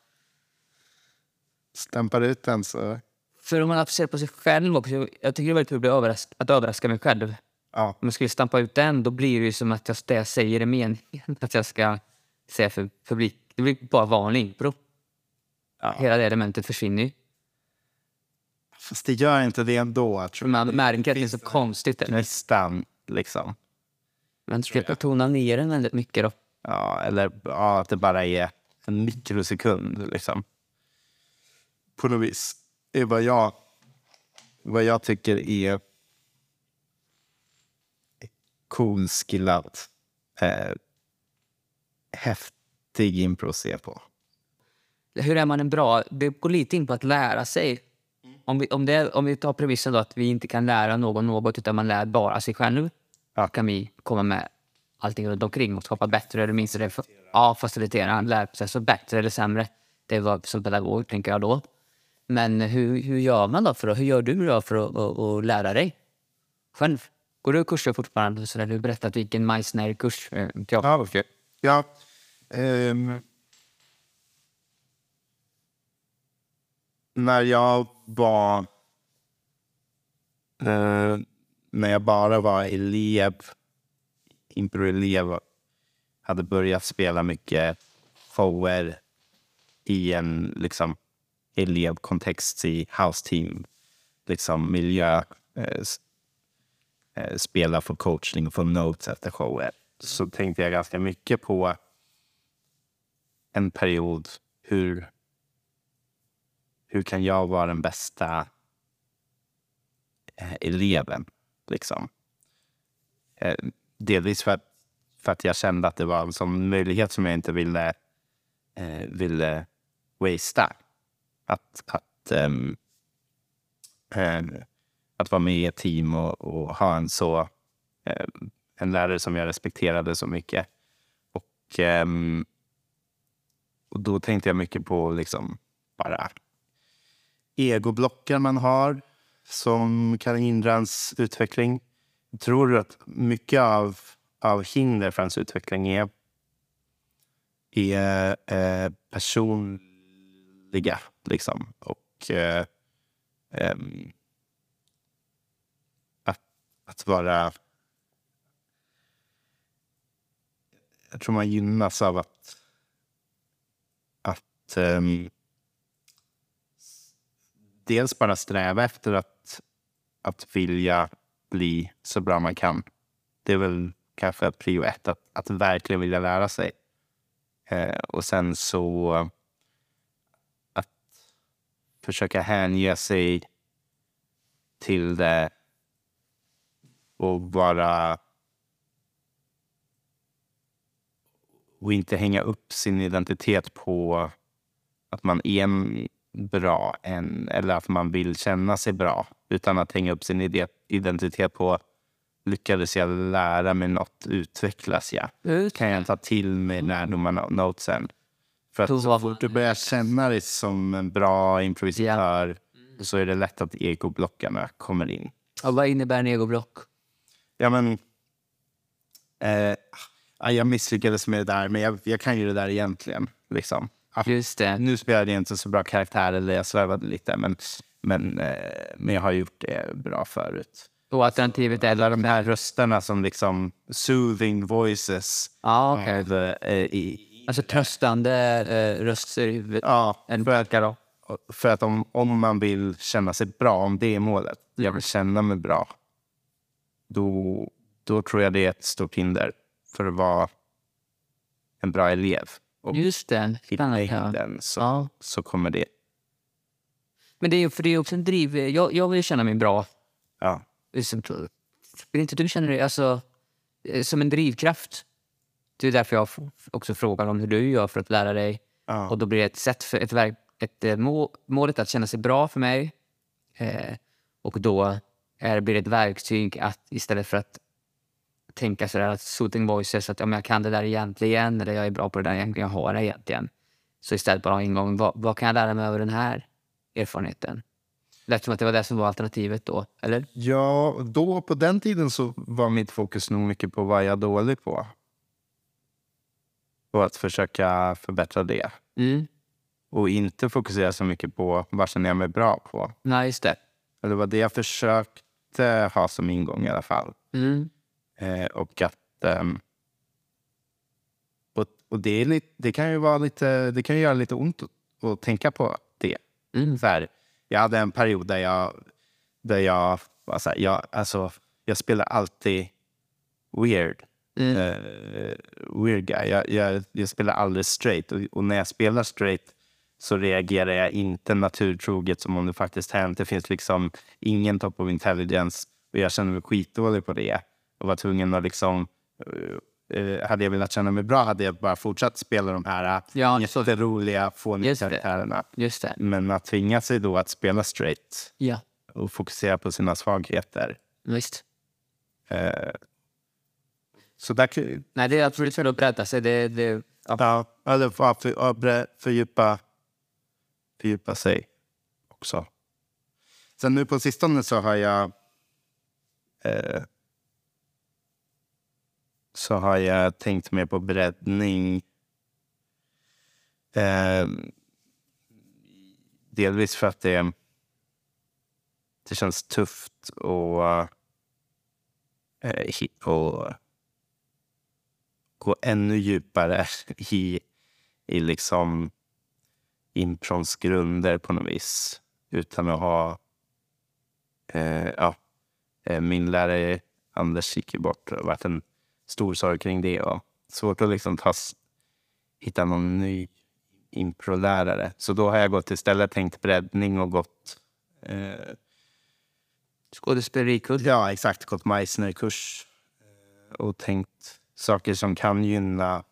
Stampar ut den så... För om man applicerar på sig själv också. Jag tycker det är väldigt kul att, bli överras- att överraska mig själv. Ja. Om jag skulle stampa ut den, då blir det ju som att jag, det jag säger är meningen. Att jag ska säga för publik. Det blir bara vanlig impro. Ja. Hela det elementet försvinner ju. Fast det gör inte det ändå. Jag tror Man märker att det är så konstigt. Eller? nästan, liksom. Man ska tona ner den väldigt mycket då. Ja, eller ja, att det bara är en mikrosekund, liksom. På något vis. Det är vad jag, vad jag tycker är cool, skillad, eh, häftig impro att se på. Hur är man en bra... Det går lite in på att lära sig. Om vi, om det, om vi tar premissen då att vi inte kan lära någon något utan man lär bara sig själv. Ja. Kan vi komma med allting runt omkring och skapa bättre eller minst det för, ja, facilitera en lärprocess så bättre eller sämre. Det var som pedagog, tänker jag då. Men hur, hur gör man då för att, hur gör du då för att, att, att lära dig själv? Går du kurser fortfarande? Så där du berättat vilken Meissner-kurs eh, Ja, okej. Ja. ehm, när jag var... Eh, när jag bara var elev, impro-elev, hade börjat spela mycket shower i en liksom elevkontext i house team, liksom miljö, eh, eh, spela för coaching och få notes efter shower. Så tänkte jag ganska mycket på en period, hur hur kan jag vara den bästa eh, eleven, liksom. Eh, delvis för att, för att jag kände att det var en sån möjlighet som jag inte ville eh, ville wastea. Att, att, um, eh, att vara med i ett team och, och ha en så eh, en lärare som jag respekterade så mycket. Och, um, och då tänkte jag mycket på liksom bara egoblockar man har som kan hindra ens utveckling. Jag tror att mycket av, av hinder för ens utveckling är, är eh, personliga, liksom. Och eh, eh, att, att vara... Jag tror man gynnas av att att um, dels bara sträva efter att, att vilja bli så bra man kan. Det är väl kanske prio ett, att, att verkligen vilja lära sig. Eh, och sen så att försöka hänge sig till det och bara och inte hänga upp sin identitet på att man är bra än, eller att man vill känna sig bra, utan att hänga upp sin identitet på lyckades jag lära mig något, utvecklas jag. Mm. Kan jag ta till mig lärdomarna och notesen? För att så fort du börjar känna dig som en bra improvisatör mm. så är det lätt att egoblockarna kommer in. Och vad innebär en egoblock? Ja, men eh, jag misslyckades med det där, men jag, jag kan ju det där egentligen, liksom. Just det. Nu spelade jag inte så bra karaktär, eller jag svävade lite, men, men, eh, men jag har gjort det bra förut. Och alternativet är alla de här rösterna som liksom soothing voices. Ja, okej. Okay. Eh, i, alltså tröstande eh, röster i huvudet. Ja, en för att, för att om, om man vill känna sig bra, om det är målet, jag vill känna mig bra, då, då tror jag det är ett stort hinder för att vara en bra elev. Och Just det. i längden så, Ja. så kommer det. Men det är ju för det är också en driv. Jag, jag vill känna mig bra. Ja. Vill inte du känna dig alltså, eh, som en drivkraft? Det är därför jag f- också frågar om hur du gör för att lära dig. Ja. Och då blir det ett sätt för ett, verk, ett eh, må, målet att känna sig bra för mig. Eh, och då är, blir det ett verktyg att istället för att tänka sådär att soothing voices, att om jag kan det där egentligen eller jag är bra på det där egentligen, jag har det egentligen. Så istället bara en gång, vad, vad kan jag lära mig över den här erfarenheten? Lät som att det var det som var alternativet då, eller? Ja, då på den tiden så var mitt fokus nog mycket på vad jag är dålig på. Och att försöka förbättra det. Mm. Och inte fokusera så mycket på vad känner jag mig bra på. Nej, just det. Eller det var det jag försökte ha som ingång i alla fall. Mm. Eh, och att... ehm, och, och det, är lite, det kan ju vara lite... Det kan ju göra lite ont att, att tänka på det. Mm. Så här, jag hade en period där jag... Där jag var så här, jag, alltså, jag spelar alltid weird. Mm. Eh, weird guy. Jag, jag, jag spelar aldrig straight. Och, och när jag spelar straight så reagerar jag inte naturtroget som om det faktiskt hänt. Det finns liksom ingen top of intelligence. Och jag känner mig skitdålig på det. Och var tvungen att liksom... Uh, hade jag velat känna mig bra hade jag bara fortsatt spela de här Ja, jätteroliga, fåniga Just det. karaktärerna. Just det. Men att tvinga sig då att spela straight Ja, och fokusera på sina svagheter. visst. Uh, så där kan- Nej, det är absolut för att bredda sig. Det, det, ja. Ja, eller för, för, för, fördjupa, fördjupa sig också. Sen nu på sistone så har jag eh, så har jag tänkt mer på breddning. Eh, delvis för att det, det känns tufft och, eh, hi- och gå ännu djupare i, i liksom improns grunder på något vis. Utan att ha... Eh, ja, eh, min lärare Anders gick ju bort och varit en stor sorg kring det. Och svårt att liksom ta, hitta någon ny improlärare. Så då har jag gått istället tänkt breddning och gått... Eh, Skådespelerikurs. ja, exakt. Gått Meissner-kurs. Eh, och tänkt saker som kan gynna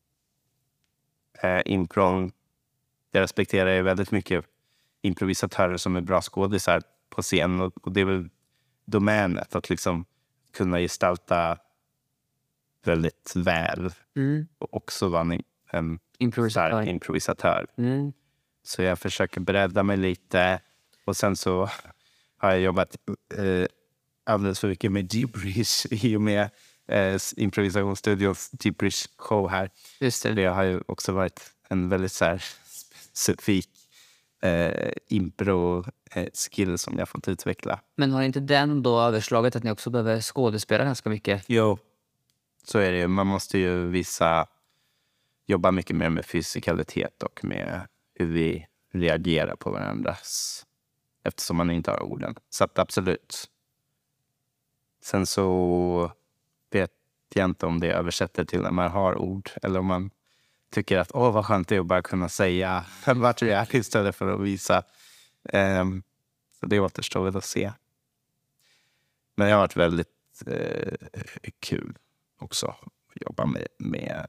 eh, impron. Jag respekterar ju väldigt mycket improvisatörer som är bra skådisar på scen. Och, och det är väl domänet att liksom kunna gestalta väldigt väl. Mm. Och också vara en, en Improvisatör. stark improvisatör. Mm. Så jag försöker bredda mig lite. Och sen så har jag jobbat eh, alldeles för mycket med gibberish i och med eh, improvisationsstudios gibberish show här. Just det. Det har ju också varit en väldigt så här specifik eh, impro-skill som jag fått utveckla. Men har inte den då överslaget att ni också behöver skådespela ganska mycket? Jo, så är det ju. Man måste ju visa, jobba mycket mer med fysikalitet och med hur vi reagerar på varandras, eftersom man inte har orden. Så att absolut. Sen så vet jag inte om det översätter till när man har ord eller om man tycker att åh vad skönt det är att bara kunna säga vart vi är istället för att visa. Um, så det återstår väl att se. Men det har varit väldigt uh, kul också att jobba med med,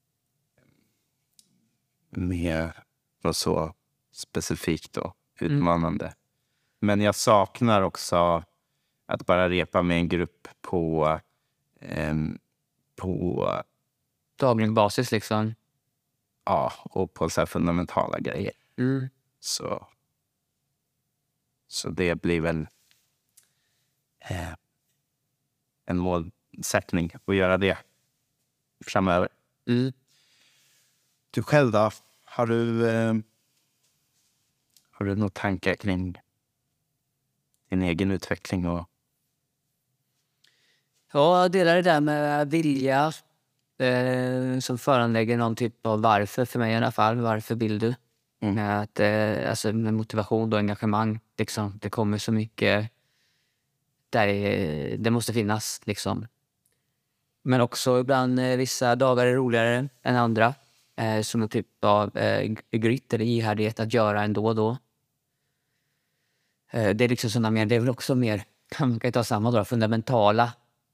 med något så specifikt och utmanande. Mm. Men jag saknar också att bara repa med en grupp på um, på Daglig basis liksom. ja, och på så här fundamentala grejer. Mm. Så, så det blir väl eh, en målsättning att göra det framöver. Mm. Du själv då? Har du, eh, har du några tankar kring din egen utveckling? Och... Ja, jag delar det där med vilja eh, som föranlägger någon typ av varför för mig i alla fall. Varför vill du? Mm. Med, att, eh, alltså med motivation och engagemang. Liksom. Det kommer så mycket där det, det måste finnas. Liksom. Men också ibland eh, vissa dagar är roligare än andra. Eh, som en typ av eh, grit eller ihärdighet att göra ändå och då. Eh, det är liksom sådana mer, det är väl också mer, man kan ju ta samma då, fundamentala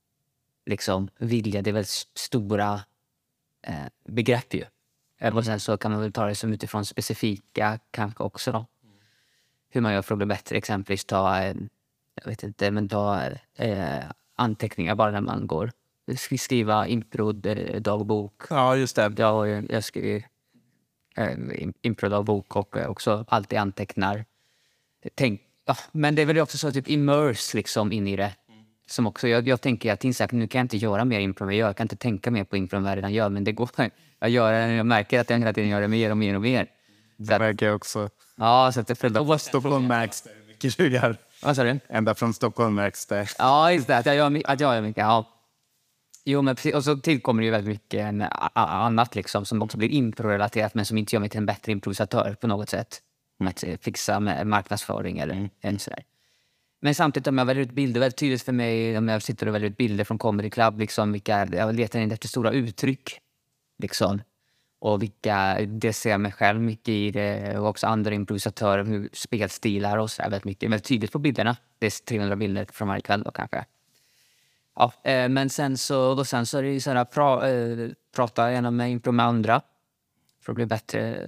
liksom vilja, det är väl stora eh, begrepp ju. Mm. Och sen så kan man väl ta det som utifrån specifika kanske också då. Mm. Hur man gör för att bli bättre, exempelvis ta, eh, jag vet inte, men ta eh, anteckningar bara när man går. Skriva impro-dagbok. Ja, just det. Ja, jag, jag skriver eh, impro-dagbok och eh, också alltid antecknar. Tänk, ja, men det är väl också så typ immerse liksom in i det. Som också, jag, jag tänker att insakt, nu kan jag inte göra mer impro än jag gör. Jag kan inte tänka mer på impro än vad jag redan gör. Men det går. Jag, gör, jag märker att jag hela tiden gör det mer och mer och mer. Det märker jag också. Ja, så att det är Stockholm märks det mycket du gör. Vad sa du? Ända från Stockholm märks det. Ja, just det. Att jag gör, att jag gör mycket. Ja. Jo, men precis. Och så tillkommer det ju väldigt mycket en, a, annat liksom, som också blir impro-relaterat men som inte gör mig till en bättre improvisatör på något sätt. Att fixa med marknadsföring eller mm. en sådär. Men samtidigt om jag väljer ut bilder, väldigt tydligt för mig om jag sitter och väljer ut bilder från Comedy Club, liksom vilka, jag letar in efter stora uttryck liksom. Och vilka, det ser jag mig själv mycket i det, och också andra improvisatörer, hur spelstilar och så väldigt mycket. Väldigt tydligt på bilderna. Det är trehundra bilder från varje kväll då kanske. Ja, eh, men sen så, då sen så är det ju så här, pra, eh, prata genom impro med andra för att bli bättre.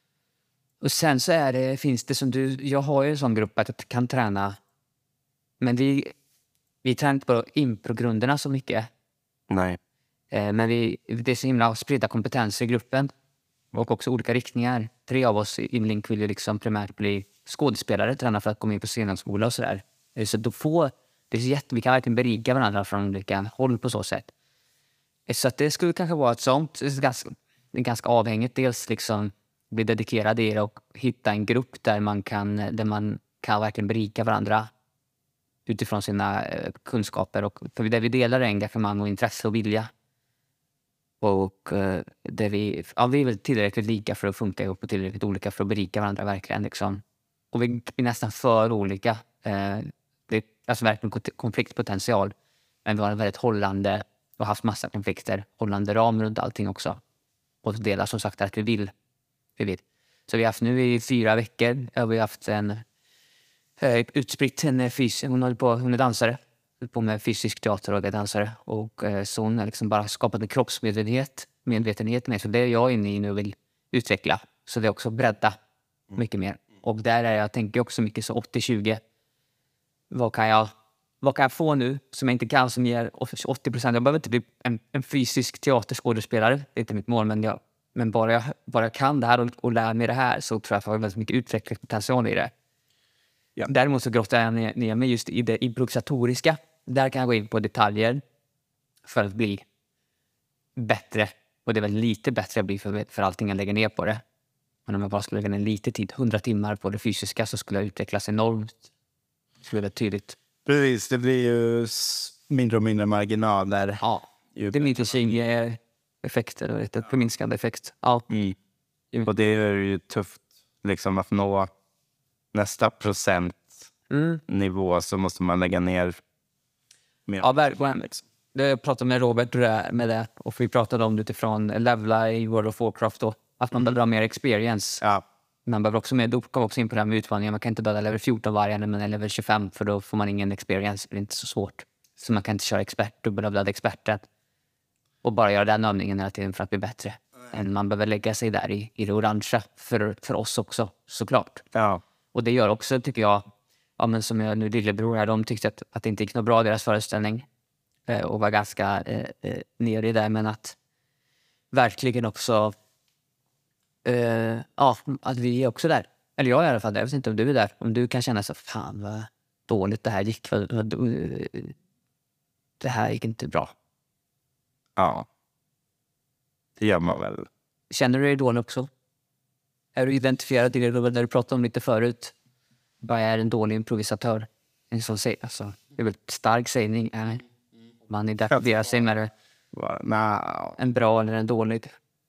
Och sen så är det, finns det som du, jag har ju en sån grupp att jag kan träna. Men vi, vi tränar inte på improgrunderna så mycket. Nej. Eh, men vi, det är så himla spridda kompetenser i gruppen. Och också olika riktningar. Tre av oss i Link vill ju liksom primärt bli skådespelare, träna för att komma in på scenskola och sådär. Eh, så då får, det är så jätte, vi kan verkligen berika varandra från olika håll på så sätt. Eh, så att det skulle kanske vara ett sånt, det är ganska, det är ganska avhängigt. Dels liksom bli dedikerad i det och hitta en grupp där man kan, där man kan verkligen berika varandra utifrån sina eh, kunskaper. Och, för det vi delar är engagemang och intresse och vilja. Och eh, det vi, ja, vi är väl tillräckligt lika för att funka ihop och tillräckligt olika för att berika varandra verkligen. Liksom. Och vi är nästan för olika. Eh, det är alltså verkligen konfliktpotential. Men vi har en väldigt hållande och haft massa konflikter. Hållande ram runt allting också. Och delar som sagt att vi vill. Vi vill. Så vi har haft nu i fyra veckor. Ja, vi har haft en eh, utspritt en fys. Hon håller på, hon är dansare. På med fysisk teater och är dansare. Och eh, så hon har liksom bara skapat en kroppsmedvetenhet medvetenhet med. Så det är jag inne i nu och vill utveckla. Så det är också bredda mycket mer. Och där är jag tänker också mycket så åttio tjugo. Vad kan jag vad kan jag få nu som jag inte kan, som ger åttio procent? Jag behöver inte bli en, en fysisk teaterskådespelare. Det är inte mitt mål, men, jag, men bara, jag, bara jag kan det här och, och lär mig det här så tror jag att jag har väldigt mycket utvecklingspotential i det. Ja. Däremot så grottar jag ner, ner mig just i det improvisatoriska. Där kan jag gå in på detaljer för att bli bättre. Och det är väl lite bättre jag blir för, för allting jag lägger ner på det. Men om jag bara skulle lägga ner lite tid, hundra timmar på det fysiska, så skulle jag utvecklas enormt. Det blir väldigt tydligt. Precis, det blir ju mindre och mindre marginal där. Ja, det är lite tjugo effekter och lite förminskande effekt. Ja. Mm. Och det är ju tufft liksom att nå nästa procent mm. nivå, så måste man lägga ner mer. Ja, verkligen. Jag pratade med Robert med det, och vi pratade om det utifrån levla i World of Warcraft då. Att man mm. behöver ha mer experience. Ja. Man behöver också med, då kommer också in på det här med utmaningar. Man kan inte döda level fjorton varje, men level tjugofem, för då får man ingen experience. Det är inte så svårt. Så man kan inte köra expert, dubbelövlad experten. Och bara göra den övningen hela tiden för att bli bättre. Mm. Man behöver lägga sig där i, i det orangea för, för oss också, såklart. Ja. Och det gör också, tycker jag, ja, men som jag nu lillebror här, de tyckte att, att det inte gick något bra deras föreställning. Eh, och var ganska eh, eh, nere i det, men att verkligen också Uh, ja, att vi är också där. Eller jag är i alla fall där. Jag vet inte om du är där. Om du kan känna så, fan vad dåligt det här gick. För, uh, det här gick inte bra. Ja. Det gör man väl. Känner du dig dålig också? Är du identifierad i det där du pratade om lite förut? Vad är en dålig improvisatör? En sån säg, alltså, det är väl en stark sägning. Äh, man identifierar sig med det. No. En bra eller en dålig.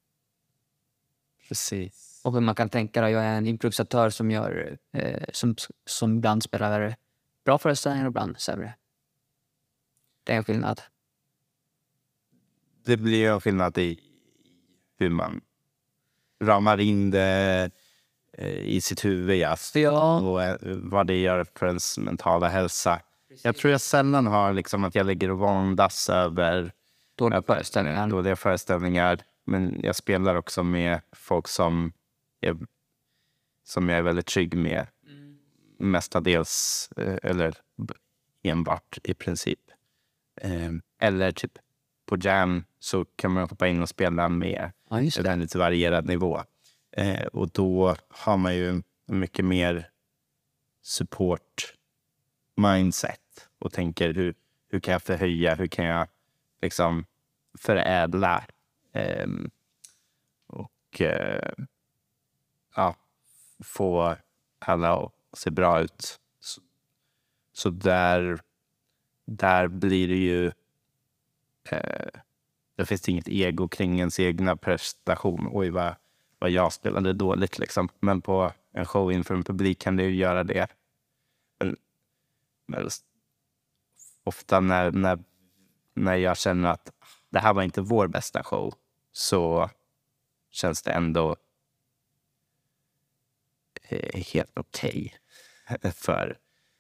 Precis. Och hur man kan tänka då, jag är en improvisatör som gör eh, som, som ibland spelar bra föreställningar och ibland sämre. Det är en skillnad. det blir ju en skillnad i hur man ramar in det i sitt huvud, ja. Ja. Och vad det gör för ens mentala hälsa. Precis. Jag tror jag sällan har liksom att jag ligger och våndas över dåliga föreställningar. dåliga föreställningar. Men jag spelar också med folk som är, som jag är väldigt trygg med. Mm. Mestadels, eller enbart i princip. Eller typ på jam så kan man hoppa in och spela med ja, en lite varierad nivå. Eh, och då har man ju mycket mer support mindset och tänker hur, hur kan jag förhöja, hur kan jag liksom förädla eh, och eh, ja, få alla att se bra ut. Så, så där, där blir det ju eh, det finns inget ego kring ens egna prestation. Oj, vad vad jag spelade dåligt liksom. Men på en show inför en publik kan det ju göra det. Men, men ofta när, när, när jag känner att det här var inte vår bästa show så känns det ändå eh, helt okej. Okay. För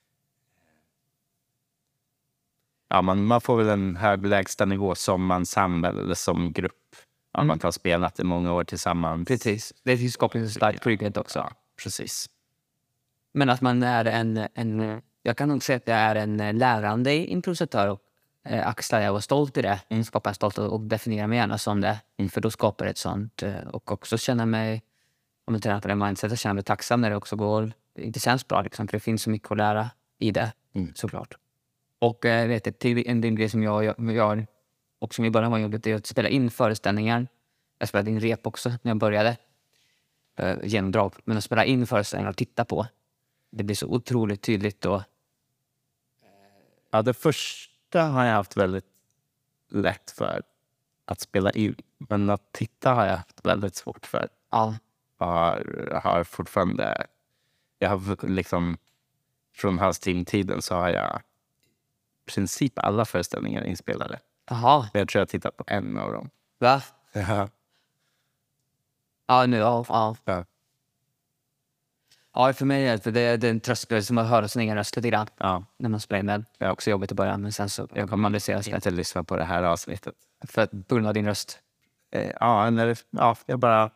ja, man, man får väl en hög lägsta nivå som ensemble eller som grupp. Ja, man har spelat i många år tillsammans. Precis. Det skapar en stark trygghet också. Ja, precis. Men att man är en, en... Jag kan nog säga att jag är en lärande improvisatör och eh, axlar jag och stolt i det. Mm. Skapar stolt och, och definierar mig gärna som det. Mm. För då skapar det ett sånt. Eh, och också känna mig, om jag tränar på det mindsetet, känner mig tacksam när det också går. Det inte känns bra liksom, för det finns så mycket att lära i det. Mm. Såklart. Och eh, vet du, till en, en grej som jag gör och som i början var jobbigt är att spela in föreställningar. Jag spelade in rep också när jag började. Uh, genomdrag. Men att spela in föreställningar och titta på. Det blir så otroligt tydligt då. Ja, det första har jag haft väldigt lätt för att spela in. Men att titta har jag haft väldigt svårt för. Ja. Jag har, har fortfarande... Jag har liksom... Från Halstim-tiden så har jag i princip alla föreställningar inspelade. Jaha. Jag tror jag har tittat på en av dem. Va? Ja. Ja, nu, ja, ja. Ja. Ja, för mig är det, för det är en tröskel som att höra sin egen röst lite grann. Ja. När man spelar med. Det är också jobbigt i början, men sen så jag kommer aldrig se Jag ska inte lyssna på det här avsnittet. För att på grund av din röst. Eh, ja, när, ja, jag bara...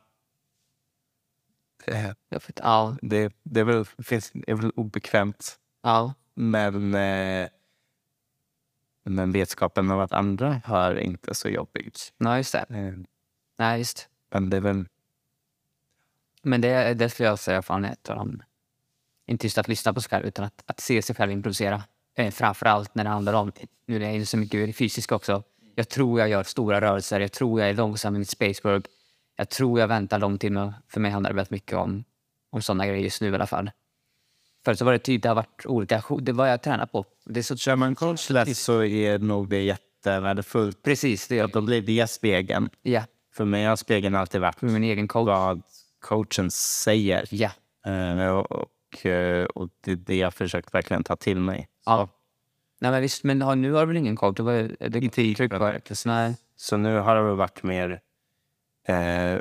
Eh, jag vet, ja. Det, det är väl, finns, är väl obekvämt. Ja. Men... Eh, Men vetskapen av att andra hör inte så jobbigt. Nej, just det. Mm. Nej, just. Men det är väl... Men det, det skulle jag säga fan ett av dem. Inte just att lyssna på sig själv, utan att, att se sig själv improvisera. Eh, framförallt när det handlar om... Nu är det inte så mycket fysiskt också. Jag tror jag gör stora rörelser. Jag tror jag är långsam i mitt spacework. Jag tror jag väntar lång tid. Med, för mig handlar det väldigt mycket om, om sådana grejer just nu i alla fall. Förut så var det tydligt, det har varit olika, det var jag tränar på. Det är så, kör man coachless så är nog det jättevärdefullt. Precis, det är då blir det spegeln. Ja. För mig har spegeln alltid varit min egen coach. Vad coachen säger. Ja. Uh, och, och, och det är det jag försökt verkligen ta till mig. Ja. Nej, men visst, men har, nu har du väl ingen coach? Det var det inte i tryck på det. Så nu har det väl varit mer... Uh, uh,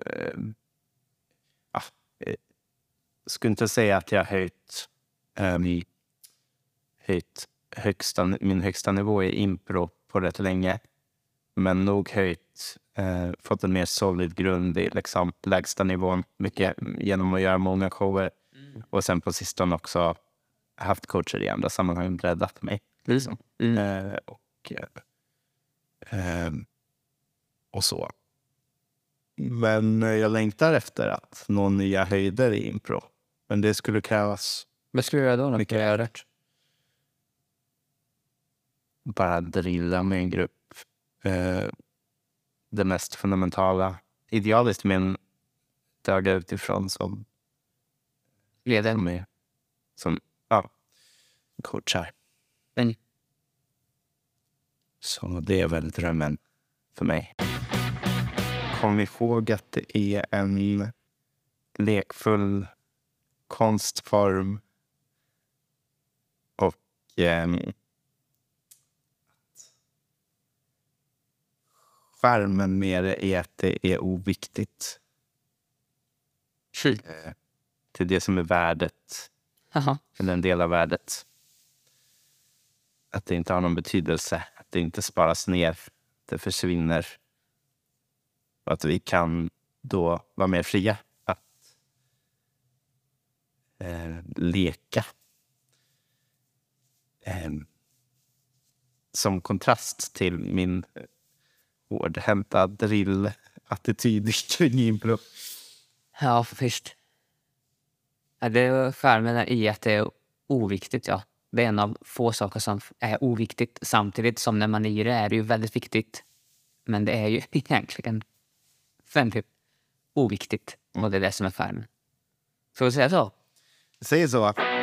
uh, skulle inte säga att jag har höjt... Um, höjt högsta, min högsta nivå i impro på rätt länge. Men nog höjt, eh, fått en mer solid grund i liksom, lägsta nivån. Mycket genom att göra många shower. Mm. Och sen på sistone också haft coacher i andra sammanhang breddat mig. Liksom. Mm. Eh, och, eh, och så. Men jag längtar efter att nå nya höjder i impro. Men det skulle krävas... Vad skulle du göra då? Mycket göra rätt. Bara drilla med en grupp. Eh, det mest fundamentala. Idealiskt med en öga utifrån som leder. Som, är, som ja, coachar. Mm. Så det är väl drömmen för mig. Kom ihåg att det är en lekfull konstform. Och eh, skärmen mer är att det är oviktigt. Mm. Eh, till det som är värdet. Jaha. Eller en del av värdet. Att det inte har någon betydelse. Att det inte sparas ner. Det försvinner. Och att vi kan då vara mer fria att eh, leka. Eh, som kontrast till min hårdhänta drill-attityd kring impro. Ja, visst. Ja, det är skärmen i att det är oviktigt, ja. Det är en av få saker som är oviktigt. Samtidigt som när man är i det är det ju väldigt viktigt. Men det är ju egentligen väldigt oviktigt. Och det är det som är skärmen. Ska vi säga så? Säg så.